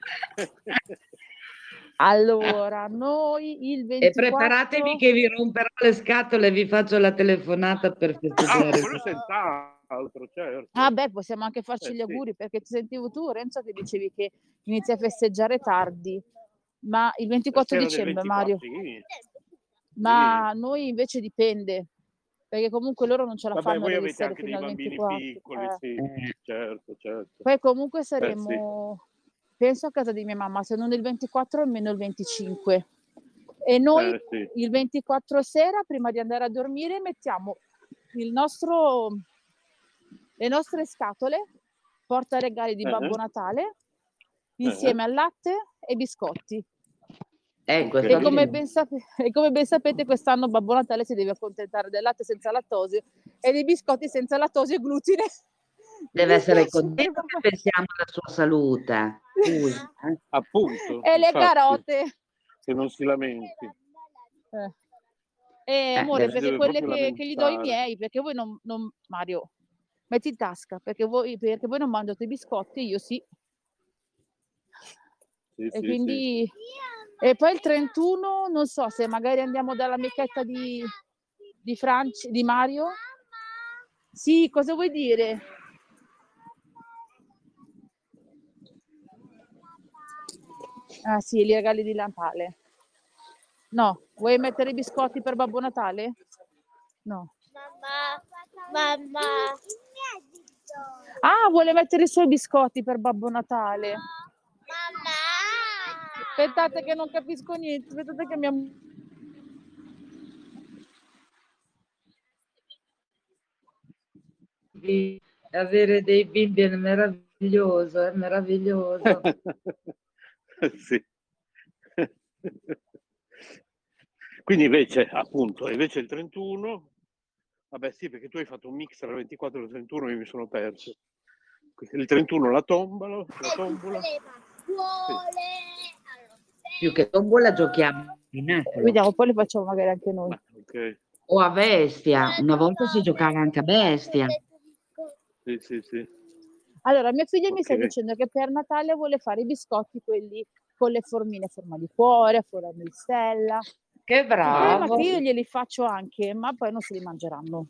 Allora, noi il E preparatevi ventiquattro che vi romperò le scatole e vi faccio la telefonata per Ah, festeggiare. quello senz'altro, certo. Ah beh, possiamo anche farci Eh, gli sì. auguri, perché ti sentivo tu, Renzo, che dicevi che inizi a festeggiare tardi, ma il La ventiquattro sera del dicembre, ventiquattro, Mario. sì. Ma noi invece dipende, perché comunque loro non ce la Vabbè, fanno a voi avete resistere anche fino dei al bambini ventiquattro. piccoli, eh. sì, Eh, certo, certo. Poi comunque Eh, sì. saremo, penso a casa di mia mamma, se non il ventiquattro almeno il venticinque. E noi Eh, sì. il ventiquattro sera, prima di andare a dormire, mettiamo il nostro, le nostre scatole porta regali di Eh, Babbo Natale insieme al latte e biscotti. eh, Ok. questo E come, avviene. ben sape- e come ben sapete, quest'anno Babbo Natale si deve accontentare del latte senza lattosio e dei biscotti senza lattosio e glutine. Deve Mi essere dispiace per contento che papà. pensiamo alla sua salute. Scusa, eh. Appunto, E le infatti, carote. che non si lamenti. Eh. Eh, Eh, amore, deve Si perché deve quelle proprio che, che gli do i lamentare. miei, perché voi non, non- Mario, metti in tasca, perché voi, perché voi non mangiate i biscotti, io sì. Sì, E sì, sì. quindi... E poi il trentuno, non so se magari andiamo dall'amichetta di, di, Franci, di Mario. Sì, cosa vuoi dire? Ah sì, i regali di Natale. No, vuoi mettere i biscotti per Babbo Natale? No. Mamma, mamma. Ah, vuole mettere i suoi biscotti per Babbo Natale. Mamma. Aspettate che non capisco niente, aspettate che mi... Di avere dei bimbi è meraviglioso, è meraviglioso. Sì. Quindi invece, appunto, invece il trentuno, vabbè sì, perché tu hai fatto un mix tra il ventiquattro e il trentuno, io mi sono perso. Il trentuno la tombola, la tombola. Sì. Più che tombola giochiamo a Pinacolo Vediamo, poi le facciamo magari anche noi. Ah, ok. o a bestia. Una volta si giocava anche a bestia. Sì, sì, sì. Allora, mia figlia mi sta Ok. dicendo che per Natale vuole fare i biscotti, quelli con le formine a forma di cuore, a forma di stella. Che Il problema è bravo. che io glieli faccio anche, ma poi non se li mangeranno.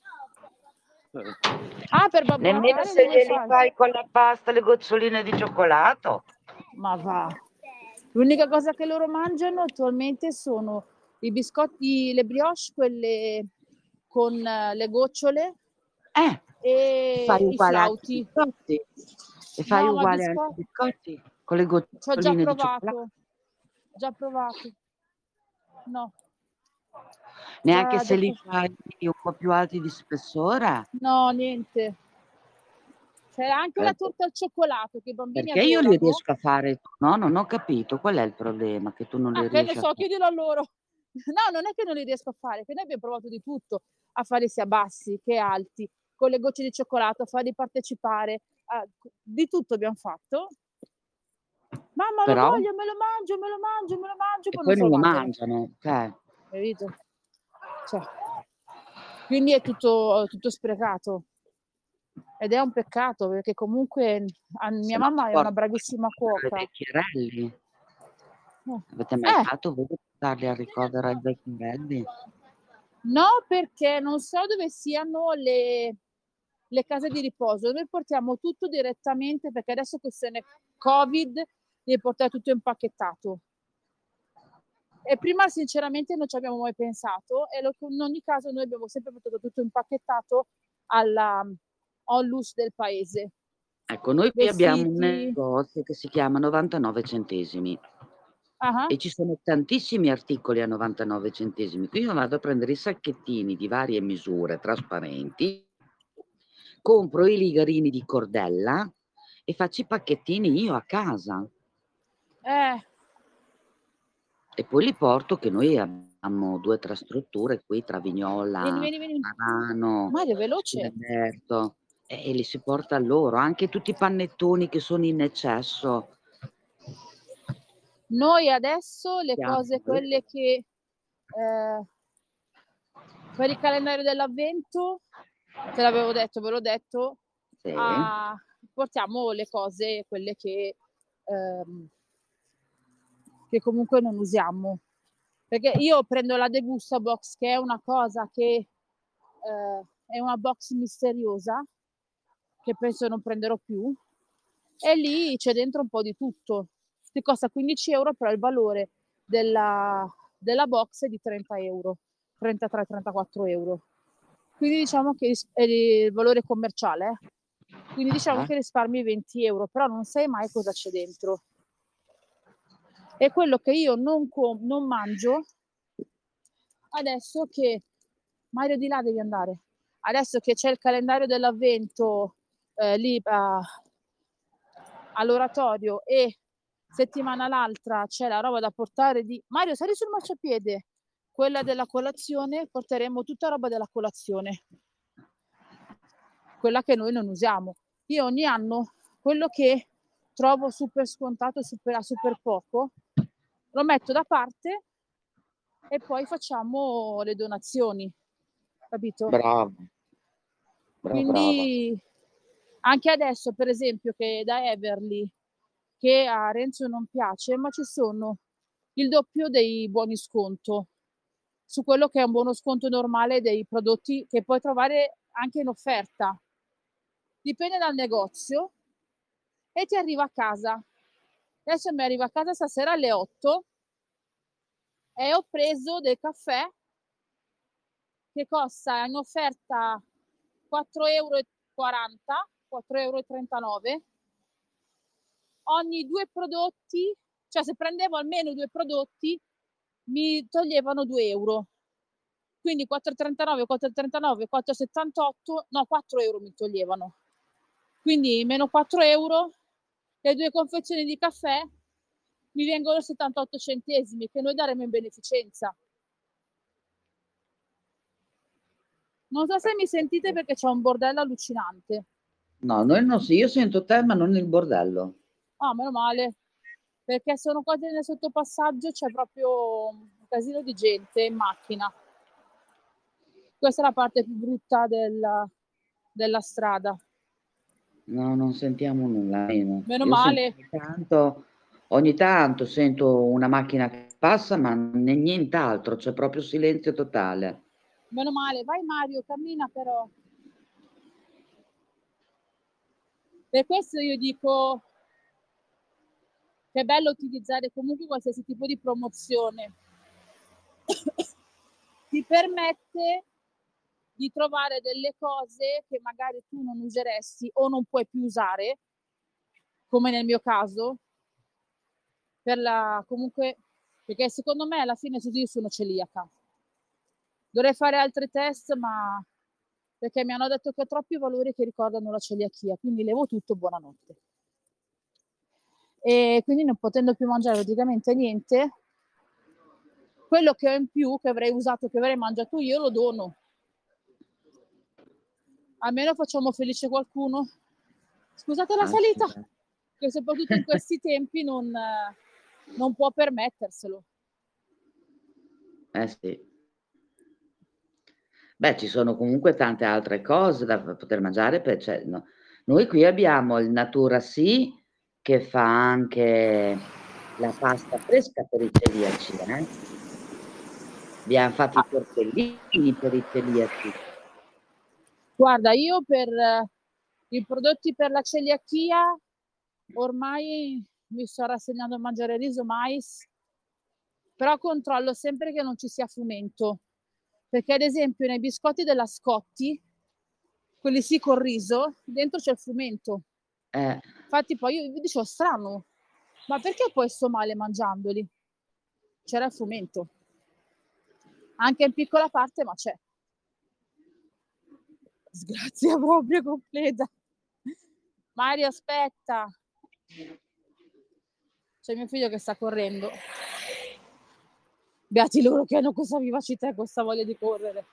Eh. Ah, per Babbo Nemmeno Natale se le vuoi glieli fare? fai con la pasta le goccioline di cioccolato. Ma va. L'unica cosa che loro mangiano attualmente sono i biscotti, le brioche, quelle con eh, le gocciole Eh, e fai i uguale anche ai flauti. biscotti. E fai No, ma uguale anche ai biscotti biscotti con le ci ho già goccioline di cioccolato. provato. Già provato. No. Neanche Già, se già li pro- fai un po' più alti di spessore. No, niente. C'è anche una Per- torta al cioccolato che i bambini Perché io li adorano. riesco a fare, no? Non ho capito qual è il problema che tu non Ah, li che ne riesci a so, fare. chiedilo a loro. No, non è che non li riesco a fare, che noi abbiamo provato di tutto, a fare sia bassi che alti, con le gocce di cioccolato, a farli partecipare, a- di tutto abbiamo fatto. Mamma, lo Però, voglio, me lo mangio, me lo mangio, me lo mangio, e poi non poi se non lo lo mangiano, mangiano. Cioè, capito? Cioè, quindi è tutto, tutto sprecato. Ed è un peccato perché comunque a- se mia no ti mamma è una porti bravissima le cuoca. vecchierelli. Avete mai Eh, fatto voi portarli a ricovero ai vecchierelli? no, perché non so dove siano le, le case di riposo. Noi portiamo tutto direttamente perché adesso questione Covid devi portare tutto impacchettato. E prima sinceramente non ci abbiamo mai pensato e lo- in ogni caso noi abbiamo sempre portato tutto impacchettato alla Onlus del paese. Ecco, noi qui abbiamo un Vestiti. negozio che si chiama novantanove centesimi Ah, e ci sono tantissimi articoli a novantanove centesimi. Qui io vado a prendere i sacchettini di varie misure trasparenti, compro i ligarini di cordella e faccio i pacchettini io a casa. Eh, E poi li porto, che noi abbiamo due o tre strutture qui tra vieni, Vignola, vieni, vieni. Marano, Mario, veloce. Spilberto, e e li si porta a loro. Anche tutti i pannettoni che sono in eccesso. Noi adesso le Piano, cose, quelle che eh, per il calendario dell'avvento, te l'avevo detto, ve l'ho detto, Sì. ah, portiamo le cose, quelle che, ehm, che comunque non usiamo. Perché io prendo la Degusta Box, che è una cosa che eh, è una box misteriosa, che penso non prenderò più, e lì c'è dentro un po' di tutto. Ti costa quindici euro, però il valore della, della box è di trenta euro, trentatré trentaquattro euro. Quindi diciamo che è il valore commerciale, eh. Quindi diciamo Eh? che risparmi venti euro, però non sai mai cosa c'è dentro. E quello che io non, com- non mangio, adesso che Mario di là devi andare, adesso che c'è il calendario dell'avvento eh, lì eh, all'oratorio e settimana l'altra c'è la roba da portare di Mario, sali sul marciapiede, quella della colazione, porteremo tutta roba della colazione, quella che noi non usiamo. Io ogni anno quello che trovo super scontato, super, a super poco, lo metto da parte e poi facciamo le donazioni, capito? Brava. Brava, brava. Quindi anche adesso, per esempio, che da Everly, che a Renzo non piace, ma ci sono il doppio dei buoni sconto su quello che è un buono sconto normale dei prodotti che puoi trovare anche in offerta. Dipende dal negozio e ti arriva a casa. Adesso mi arriva a casa stasera alle otto e ho preso del caffè che costa in offerta quattro euro e quaranta, quattro euro e trentanove. Ogni due prodotti, cioè se prendevo almeno due prodotti, mi toglievano due euro. Quindi quattro e trentanove, quattro e trentanove, quattro e settantotto, no, quattro euro mi toglievano. Quindi meno quattro euro, le due confezioni di caffè mi vengono settantotto centesimi che noi daremo in beneficenza. Non so se mi sentite perché c'è un bordello allucinante. No, noi non si, io sento te, ma non il bordello. Ah, meno male, perché sono quasi nel sottopassaggio, c'è proprio un casino di gente in macchina. Questa è la parte più brutta della, della strada. No, non sentiamo nulla. Meno. Meno Io sento male. ogni tanto, ogni tanto sento una macchina che passa, ma né nient'altro, c'è proprio silenzio totale. Meno male, vai Mario, cammina però. Per questo io dico che è bello utilizzare comunque qualsiasi tipo di promozione. Ti permette di trovare delle cose che magari tu non useresti o non puoi più usare, come nel mio caso, per la comunque, perché secondo me alla fine io sono celiaca. Dovrei fare altri test, ma perché mi hanno detto che ho troppi valori che ricordano la celiachia, quindi levo tutto, buonanotte. E quindi non potendo più mangiare praticamente niente, quello che ho in più, che avrei usato, che avrei mangiato io, lo dono. Almeno facciamo felice qualcuno. Scusate la Ah, salita, sì. che soprattutto in questi tempi non, non può permetterselo. Eh sì. Beh, ci sono comunque tante altre cose da poter mangiare, per, cioè, no. Noi qui abbiamo il Natura Sì, che fa anche la pasta fresca per i celiaci, eh? Abbiamo fatto i tortellini per i celiaci. Guarda, io per eh, i prodotti per la celiachia ormai mi sto rassegnando a mangiare riso, mais, però controllo sempre che non ci sia frumento, perché ad esempio nei biscotti della Scotti, quelli sì col riso, dentro c'è il frumento. Eh, Infatti poi io vi dicevo strano, ma perché poi sto male mangiandoli? C'era il frumento. Anche in piccola parte, ma c'è. Sgrazia proprio completa. Mario, aspetta. C'è mio figlio che sta correndo. Beati loro che hanno questa vivacità e questa voglia di correre.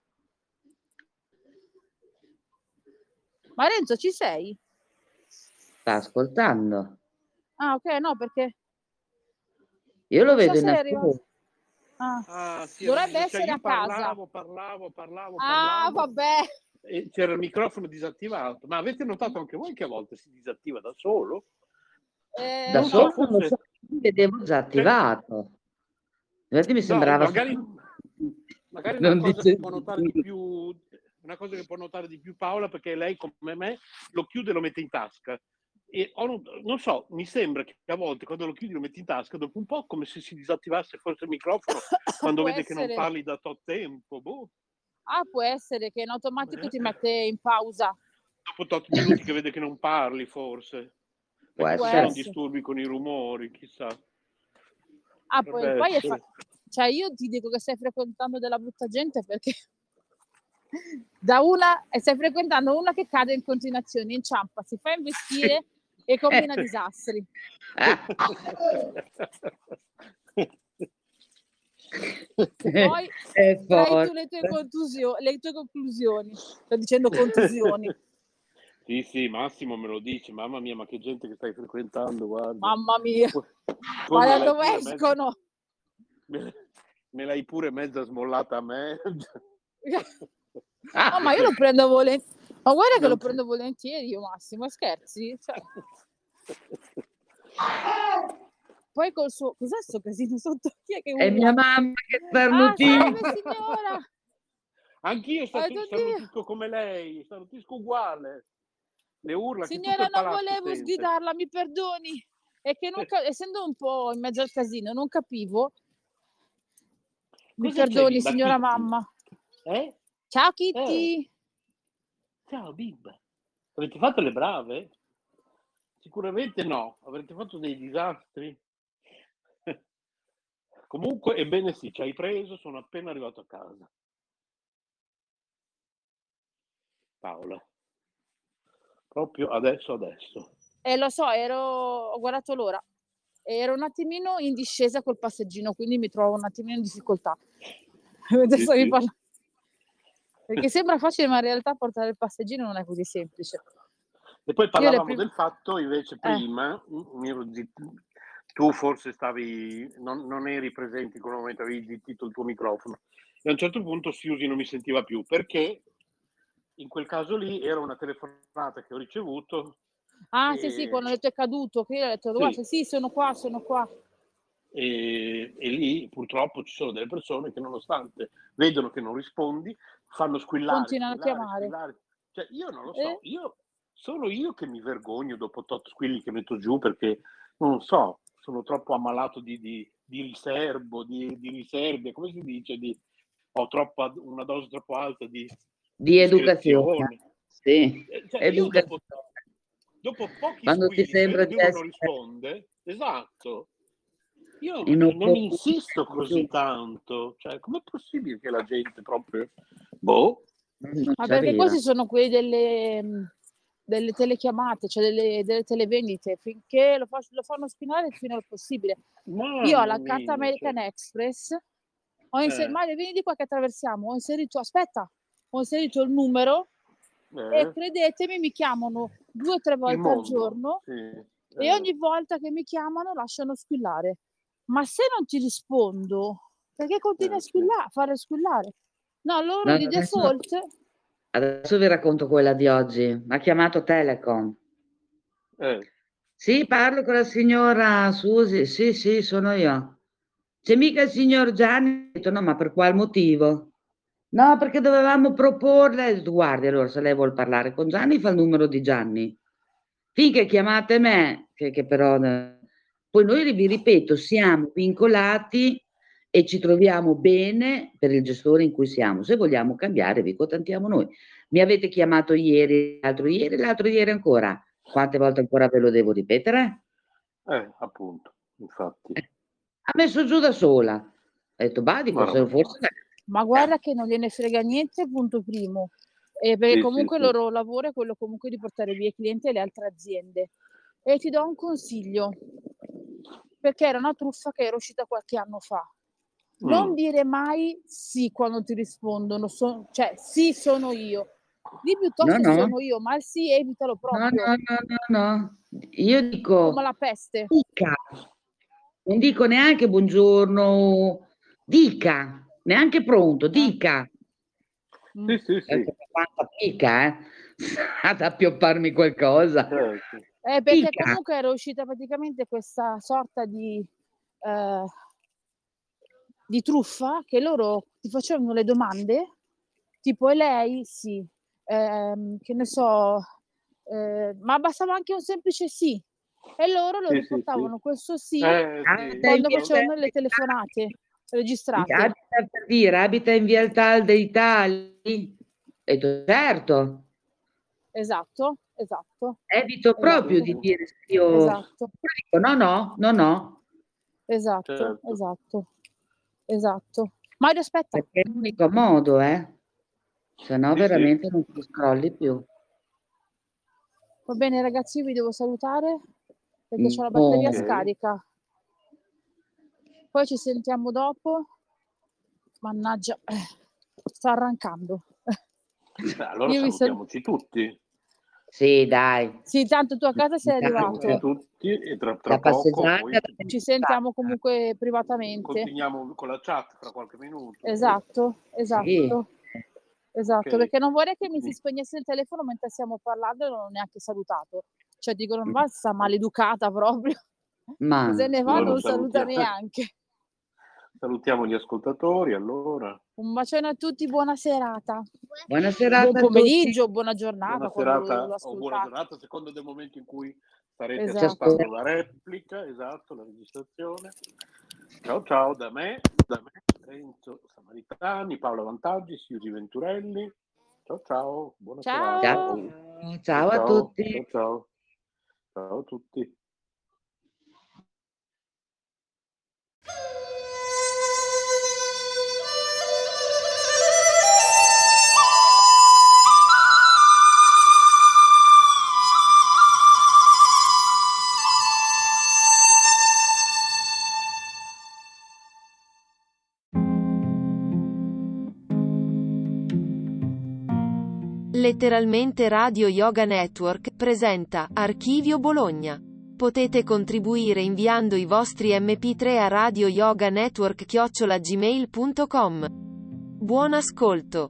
Ma Renzo, ci sei? Sta ascoltando. Ah, ok, no, perché Io lo non so vedo se in è arrivato. ascolto. Ah, Ah, sì, dovrebbe cioè essere io a casa. parlavo, parlavo, parlavo, Ah, parlavo vabbè. e c'era il microfono disattivato. Ma avete notato anche voi che a volte si disattiva da solo? Eh, Da Non no. so, solo non lo so, forse... io vedevo già cioè, attivato. Infatti mi no, sembrava magari, magari una non cosa che dice può notare di più, una cosa che può notare di più Paola, perché lei come me lo chiude e lo mette in tasca. E ho, non, non so, mi sembra che a volte quando lo chiudi e lo metti in tasca, dopo un po' come se si disattivasse forse il microfono quando Può vede che non essere. parli da tot tempo. Boh. Ah, può essere che in automatico ti Eh. mette in pausa. Dopo tot minuti che vede che non parli, forse. Può E così essere. non disturbi con i rumori, chissà. Ah, poi, Potrebbe poi è essere. fa- cioè io ti dico che stai frequentando della brutta gente perché da una e stai frequentando una che cade in continuazione, inciampa, si fa investire e combina disastri. Poi È trai tu forte. le tue, contusio- le tue conclusioni. Sto dicendo contusioni. Sì, sì, Massimo me lo dice, mamma mia, ma che gente che stai frequentando, guarda. Mamma mia, Poi, poi ma me da l'hai dove pure mezza, escono? me, me l'hai pure mezza smollata a me. No, ma io lo prendo volentieri. Ma guarda che Non lo ti- prendo volentieri io, Massimo, scherzi? Cioè, poi col suo... Cos'è sto casino sotto? Chi è che È urla? mia mamma che Ah, starnutisce. salve signora! Anch'io Ai, starnutisco oddio. starnutisco come lei, starnutisco uguale. Le urla che tutto Signora, il non palazzo volevo sente. sgridarla, mi perdoni. È che non ca- essendo un po' in mezzo al casino, non capivo. Mi Cosa c'è, perdoni, bimba? signora Kitty? mamma. Eh? Ciao Eh, Kitty. ciao bimba. Avete fatto le brave? Sicuramente no, avrete fatto dei disastri. Comunque, ebbene sì, ci hai preso, sono appena arrivato a casa. Paola. Proprio adesso, adesso. Eh, lo so, ero... ho guardato l'ora. Ero un attimino in discesa col passeggino, quindi mi trovo un attimino in difficoltà. Mentre Sì, stavi sì. parlando. Perché sembra facile, ma in realtà portare il passeggino non è così semplice. E poi Io le parlavamo prime... del fatto, invece, Eh, prima, mi ero zitt- tu forse stavi, non, non eri presente in quel momento, avevi zittito il tuo microfono. E a un certo punto Siusi non mi sentiva più, perché in quel caso lì era una telefonata che ho ricevuto. ah, sì, sì, E, quando ho detto è caduto, che io ho detto, guarda, sì, sì, sono qua, sono qua. e, e lì purtroppo ci sono delle persone che nonostante vedono che non rispondi, fanno squillare, Continuano a squillare, chiamare. squillare. Cioè io non lo Eh? so, io sono io che mi vergogno dopo tot squilli che metto giù perché non so, sono troppo ammalato di, di, di riservo, di, di riserve, come si dice, di, ho troppa, una dose troppo alta di Di educazione. discrezione. Sì, Eh, Cioè io dopo, educazione. dopo pochi Quando ti squilli, se sembra vedo di che uno non essere risponde, esatto, io non insisto inopportunamente così giù. tanto, cioè com'è possibile che la gente proprio, boh, Non Ma ci perché arriva. questi sono quelli delle, mh, delle telechiamate, cioè delle, delle televendite, finché lo, fa- lo fanno spinare il fino al possibile. Io ho mamma la carta mia, cioè, American Express, ho inserito, eh, Mario, vieni di qua che attraversiamo, ho inserito, aspetta, ho inserito il numero e eh, credetemi, mi chiamano due o tre il volte al mondo, giorno sì, e eh, ogni volta che mi chiamano lasciano squillare. Ma se non ti rispondo, perché continui a eh, sì. squillare, a fare squillare? No, loro No, di adesso, default... adesso vi racconto quella di oggi. Mi ha chiamato Telecom. Eh, Sì, parlo con la signora Susi. Sì, sì, sono io. C'è mica il signor Gianni? Ho detto, no, ma per qual motivo? No, perché dovevamo proporle. Ho detto, guardi, allora, se lei vuol parlare con Gianni, fa il numero di Gianni. Finché chiamate me, che, che però... eh, Poi noi, vi ripeto, siamo vincolati e ci troviamo bene per il gestore in cui siamo. Se vogliamo cambiare, vi contattiamo noi. Mi avete chiamato ieri, l'altro ieri, l'altro ieri ancora. Quante volte ancora ve lo devo ripetere? eh, appunto, infatti, Eh, Ha messo giù da sola. Ho detto, bah, dico, se vabbè. forse... Ma guarda che non gliene frega niente, punto primo. E perché Sì, sì, comunque il sì. loro lavoro è quello comunque di portare via i clienti alle altre aziende. E ti do un consiglio, perché era una truffa che era uscita qualche anno fa. Non Mm. dire mai sì quando ti rispondono, so- cioè sì sono io. Di No, piuttosto no, sono io, ma il sì evitalo no, proprio, no, no, no, no. Io come dico la peste. dica, non dico neanche buongiorno, dica, neanche pronto, Eh? dica. Mm. Sì, sì, sì, Adesso quanta pica, eh? Ad appiopparmi qualcosa. certo. Eh, perché Dica. comunque era uscita praticamente questa sorta di, eh, di truffa che loro ti facevano le domande, tipo e lei? Sì, ehm, che ne so, eh, ma bastava anche un semplice sì. E loro lo Sì, sì, sì. riportavano questo sì Eh, sì. Abita in quando via facevano le Alta telefonate registrate. abita per dire, abita in via Alta dei Tagli? E tu, certo, Esatto, esatto, evito proprio esatto, di dire sì io esatto, dico no, no, no, no, esatto, Certo. esatto, esatto. Mario, aspetta. perché è l'unico modo, eh? Se no Sì, sì. veramente non ti scrolli più. Va bene, ragazzi, io vi devo salutare perché ho la No. batteria Ok. scarica. Poi ci sentiamo dopo. Mannaggia, eh, sta arrancando. Beh, allora Io vi saluto. salutiamoci tutti. Sì, dai. Sì, tanto tu a casa sei Salutiamoci arrivato. tutti e tra, tra La poco passeggiata poi la Ci sentiamo passeggiata. comunque privatamente. continuiamo con la chat fra qualche minuto. Esatto, Sì. esatto. Esatto, Ok. perché non vorrei che mi si Quindi- spegnesse il telefono mentre stiamo parlando e non ho neanche salutato. Cioè dicono, ma sta maleducata proprio. Ma Se ne va, Allora non saluta salutiamo, neanche. salutiamo gli ascoltatori allora. Un bacione a tutti, buona serata. buona Buon serata a tutti. pomeriggio, buona giornata Buona quando lo, lo serata o buona ascoltate. giornata, a seconda del momento in cui starete Esatto. ascoltando la replica, esatto, la registrazione. Ciao ciao da me, da me, Renzo Samaritani, Paola Vantaggi, Siusi Venturelli. Ciao ciao, buona Ciao. serata. Ciao, Oh, ciao a tutti. Ciao ciao. Ciao a tutti. Letteralmente Radio Yoga Network presenta Archivio Bologna. Potete contribuire inviando i vostri emme pi tre a radio yoga network chiocciola gmail punto com. Buon ascolto.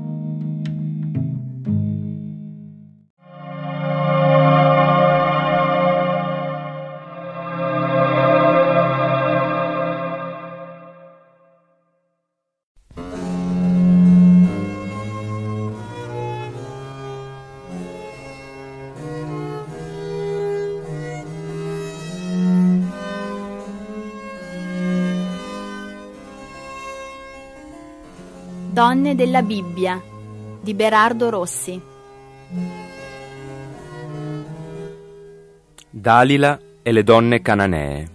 Donne della Bibbia di Berardo Rossi. Dalila e le donne cananee.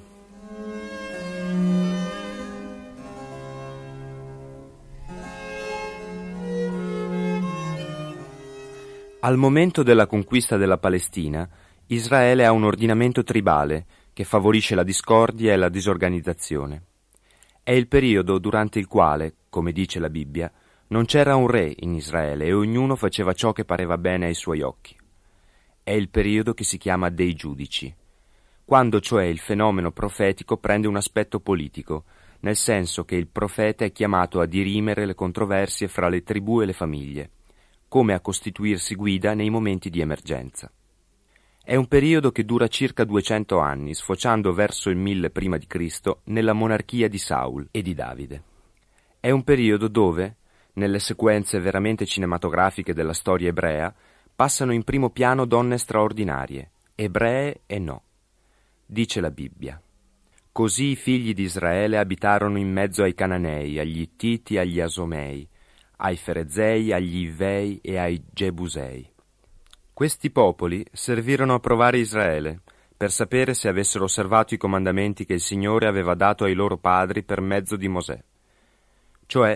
Al momento della conquista della Palestina, Israele ha un ordinamento tribale che favorisce la discordia e la disorganizzazione. È il periodo durante il quale, come dice la Bibbia, non c'era un re in Israele e ognuno faceva ciò che pareva bene ai suoi occhi. È il periodo che si chiama dei giudici, quando cioè il fenomeno profetico prende un aspetto politico, nel senso che il profeta è chiamato a dirimere le controversie fra le tribù e le famiglie, come a costituirsi guida nei momenti di emergenza. È un periodo che dura circa duecento anni, sfociando verso il mille prima di Cristo nella monarchia di Saul e di Davide. È un periodo dove, nelle sequenze veramente cinematografiche della storia ebrea, passano in primo piano donne straordinarie, ebree e no. Dice la Bibbia: così i figli di Israele abitarono in mezzo ai Cananei, agli Ittiti, agli Asomei, ai Ferezei, agli Ivei e ai Gebusei. Questi popoli servirono a provare Israele, per sapere se avessero osservato i comandamenti che il Signore aveva dato ai loro padri per mezzo di Mosè. Cioè,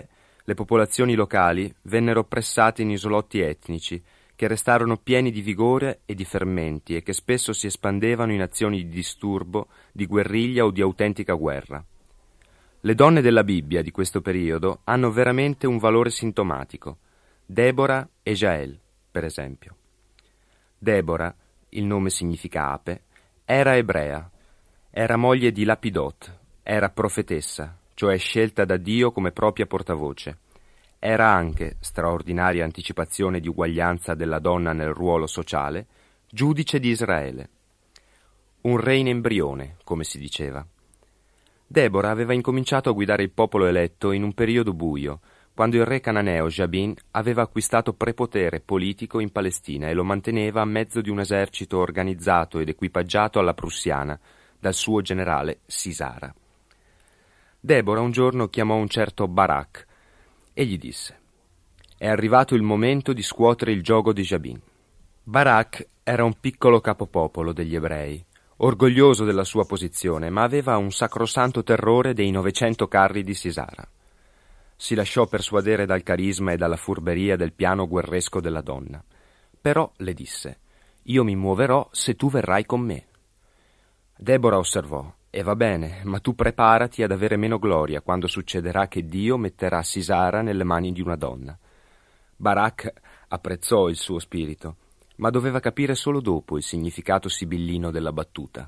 le popolazioni locali vennero oppressate in isolotti etnici, che restarono pieni di vigore e di fermenti e che spesso si espandevano in azioni di disturbo, di guerriglia o di autentica guerra. Le donne della Bibbia di questo periodo hanno veramente un valore sintomatico. Debora e Jael, per esempio. Debora, il nome significa ape, era ebrea, era moglie di Lapidot, era profetessa, cioè scelta da Dio come propria portavoce. Era anche, straordinaria anticipazione di uguaglianza della donna nel ruolo sociale, giudice di Israele. Un re in embrione, come si diceva. Debora aveva incominciato a guidare il popolo eletto in un periodo buio, quando il re cananeo Jabin aveva acquistato prepotere politico in Palestina e lo manteneva a mezzo di un esercito organizzato ed equipaggiato alla prussiana dal suo generale Sisara. Debora un giorno chiamò un certo Barak e gli disse: «È arrivato il momento di scuotere il giogo di Jabin». Barak era un piccolo capopopolo degli ebrei, orgoglioso della sua posizione, ma aveva un sacrosanto terrore dei novecento carri di Sisara. Si lasciò persuadere dal carisma e dalla furberia del piano guerresco della donna. Però le disse: «Io mi muoverò se tu verrai con me». Debora osservò: «E va bene, ma tu preparati ad avere meno gloria quando succederà che Dio metterà Sisara nelle mani di una donna». Barak apprezzò il suo spirito, ma doveva capire solo dopo il significato sibillino della battuta.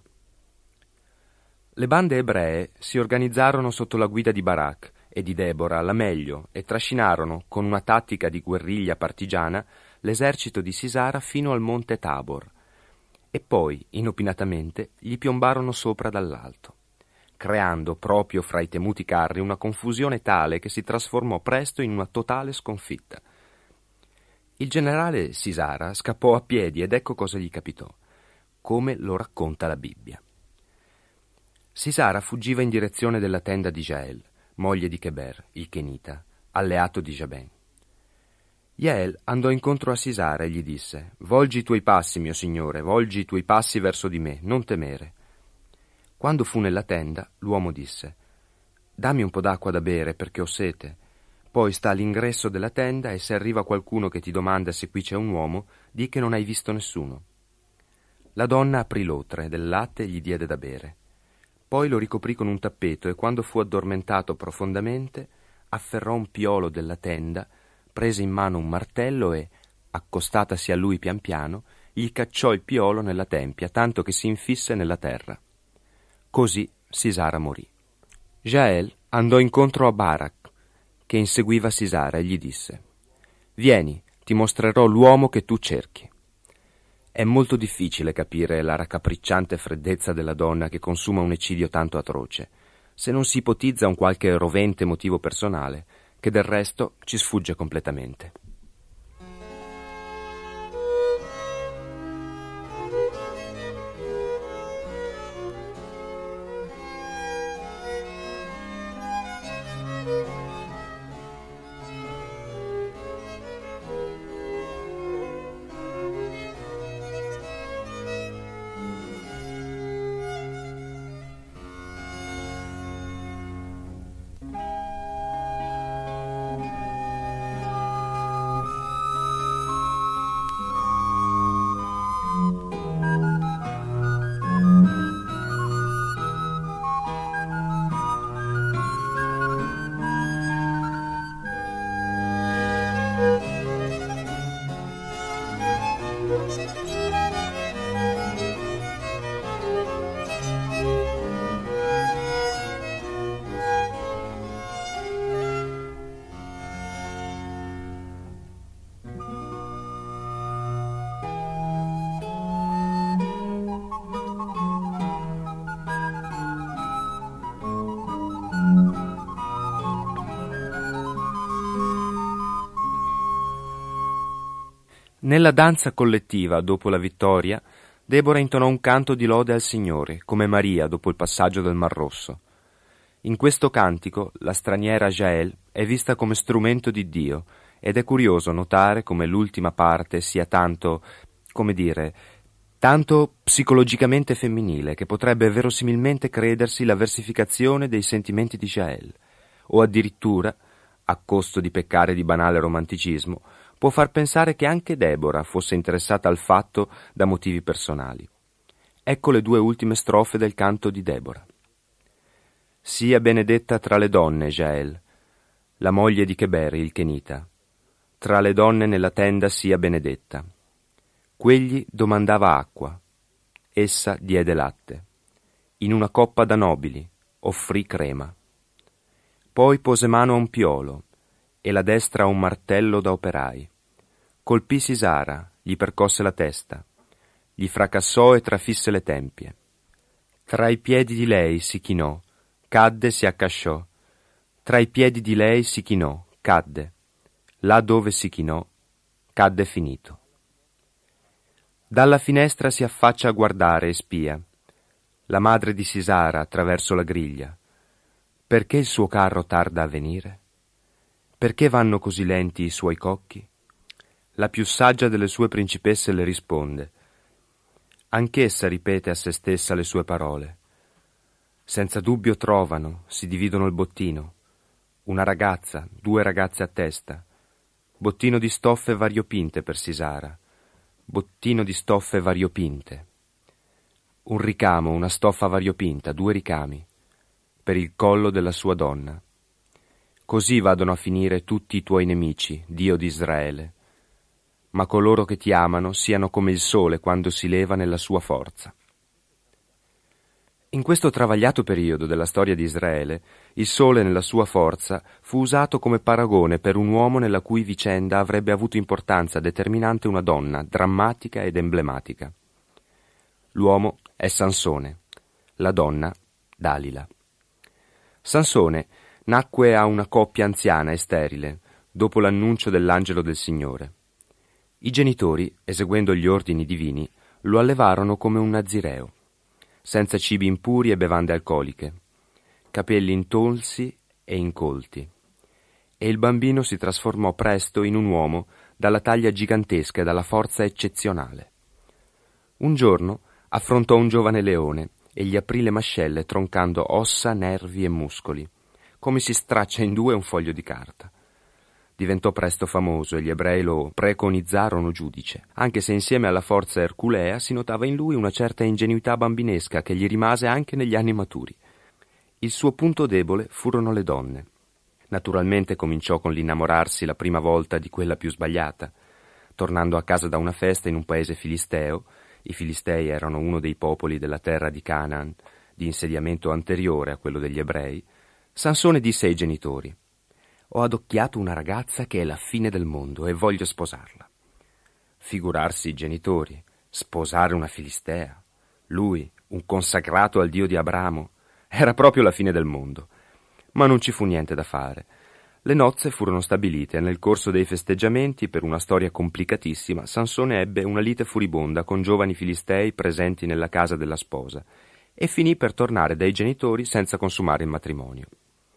Le bande ebree si organizzarono sotto la guida di Barak e di Debora alla meglio e trascinarono, con una tattica di guerriglia partigiana, l'esercito di Sisara fino al monte Tabor, e poi, inopinatamente, gli piombarono sopra dall'alto, creando proprio fra i temuti carri una confusione tale che si trasformò presto in una totale sconfitta. Il generale Sisara scappò a piedi ed ecco cosa gli capitò, come lo racconta la Bibbia. Sisara fuggiva in direzione della tenda di Jael, moglie di Cheber, il Kenita, alleato di Jabin. Jael andò incontro a Sisara e gli disse: «Volgi i tuoi passi, mio signore, volgi i tuoi passi verso di me, non temere». Quando fu nella tenda, l'uomo disse: «Dammi un po' d'acqua da bere perché ho sete». Poi sta all'ingresso della tenda e se arriva qualcuno che ti domanda se qui c'è un uomo, di che non hai visto nessuno. La donna aprì l'otre del latte e gli diede da bere. Poi lo ricoprì con un tappeto e quando fu addormentato profondamente, afferrò un piolo della tenda, prese in mano un martello e, accostatasi a lui pian piano, gli cacciò il piolo nella tempia, tanto che si infisse nella terra. Così Sisara morì. Jael andò incontro a Barak, che inseguiva Sisara, e gli disse: «Vieni, ti mostrerò l'uomo che tu cerchi». È molto difficile capire la raccapricciante freddezza della donna che consuma un eccidio tanto atroce, se non si ipotizza un qualche rovente motivo personale, che del resto ci sfugge completamente. Nella danza collettiva, dopo la vittoria, Debora intonò un canto di lode al Signore, come Maria dopo il passaggio del Mar Rosso. In questo cantico, la straniera Jael è vista come strumento di Dio, ed è curioso notare come l'ultima parte sia tanto, come dire, tanto psicologicamente femminile che potrebbe verosimilmente credersi la versificazione dei sentimenti di Jael, o addirittura a costo di peccare di banale romanticismo, può far pensare che anche Deborah fosse interessata al fatto da motivi personali. Ecco le due ultime strofe del canto di Deborah. Sia benedetta tra le donne, Jael, la moglie di Cheberi il Kenita. Tra le donne nella tenda sia benedetta. Quegli domandava acqua, essa diede latte. In una coppa da nobili offrì crema. Poi pose mano a un piolo e la destra a un martello da operai. Colpì Sisara, gli percosse la testa, gli fracassò e trafisse le tempie. Tra i piedi di lei si chinò, cadde e si accasciò. Tra i piedi di lei si chinò, cadde. Là dove si chinò, cadde finito. Dalla finestra si affaccia a guardare e spia. La madre di Sisara attraverso la griglia. Perché il suo carro tarda a venire? Perché vanno così lenti i suoi cocchi? La più saggia delle sue principesse le risponde. Anch'essa ripete a se stessa le sue parole. Senza dubbio trovano, si dividono il bottino. Una ragazza, due ragazze a testa. Bottino di stoffe variopinte per Sisara. Bottino di stoffe variopinte. Un ricamo, una stoffa variopinta, due ricami, per il collo della sua donna. Così vadono a finire tutti i tuoi nemici, Dio di Israele. Ma coloro che ti amano siano come il sole quando si leva nella sua forza. In questo travagliato periodo della storia di Israele, il sole nella sua forza fu usato come paragone per un uomo nella cui vicenda avrebbe avuto importanza determinante una donna, drammatica ed emblematica. L'uomo è Sansone, la donna Dalila. Sansone nacque a una coppia anziana e sterile, dopo l'annuncio dell'angelo del Signore. I genitori, eseguendo gli ordini divini, lo allevarono come un nazireo, senza cibi impuri e bevande alcoliche, capelli intolsi e incolti. E il bambino si trasformò presto in un uomo dalla taglia gigantesca e dalla forza eccezionale. Un giorno affrontò un giovane leone e gli aprì le mascelle troncando ossa, nervi e muscoli, come si straccia in due un foglio di carta. Diventò presto famoso e gli ebrei lo preconizzarono giudice, anche se insieme alla forza erculea si notava in lui una certa ingenuità bambinesca che gli rimase anche negli anni maturi. Il suo punto debole furono le donne. Naturalmente cominciò con l'innamorarsi la prima volta di quella più sbagliata. Tornando a casa da una festa in un paese filisteo, i Filistei erano uno dei popoli della terra di Canaan, di insediamento anteriore a quello degli ebrei, Sansone disse ai genitori: «Ho adocchiato una ragazza che è la fine del mondo e voglio sposarla». Figurarsi i genitori, sposare una filistea, lui, un consacrato al Dio di Abramo, era proprio la fine del mondo. Ma non ci fu niente da fare. Le nozze furono stabilite e nel corso dei festeggiamenti, per una storia complicatissima, Sansone ebbe una lite furibonda con giovani filistei presenti nella casa della sposa e finì per tornare dai genitori senza consumare il matrimonio.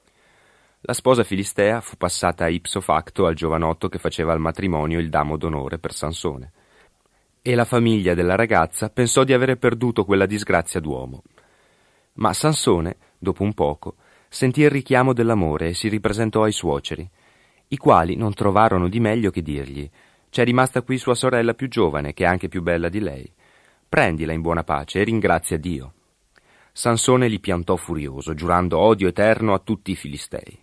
La sposa filistea fu passata ipso facto al giovanotto che faceva al matrimonio il damo d'onore per Sansone, e la famiglia della ragazza pensò di avere perduto quella disgrazia d'uomo. Ma Sansone, dopo un poco, sentì il richiamo dell'amore e si ripresentò ai suoceri, i quali non trovarono di meglio che dirgli: «C'è rimasta qui sua sorella più giovane, che è anche più bella di lei. Prendila in buona pace e ringrazia Dio». Sansone li piantò furioso, giurando odio eterno a tutti i filistei.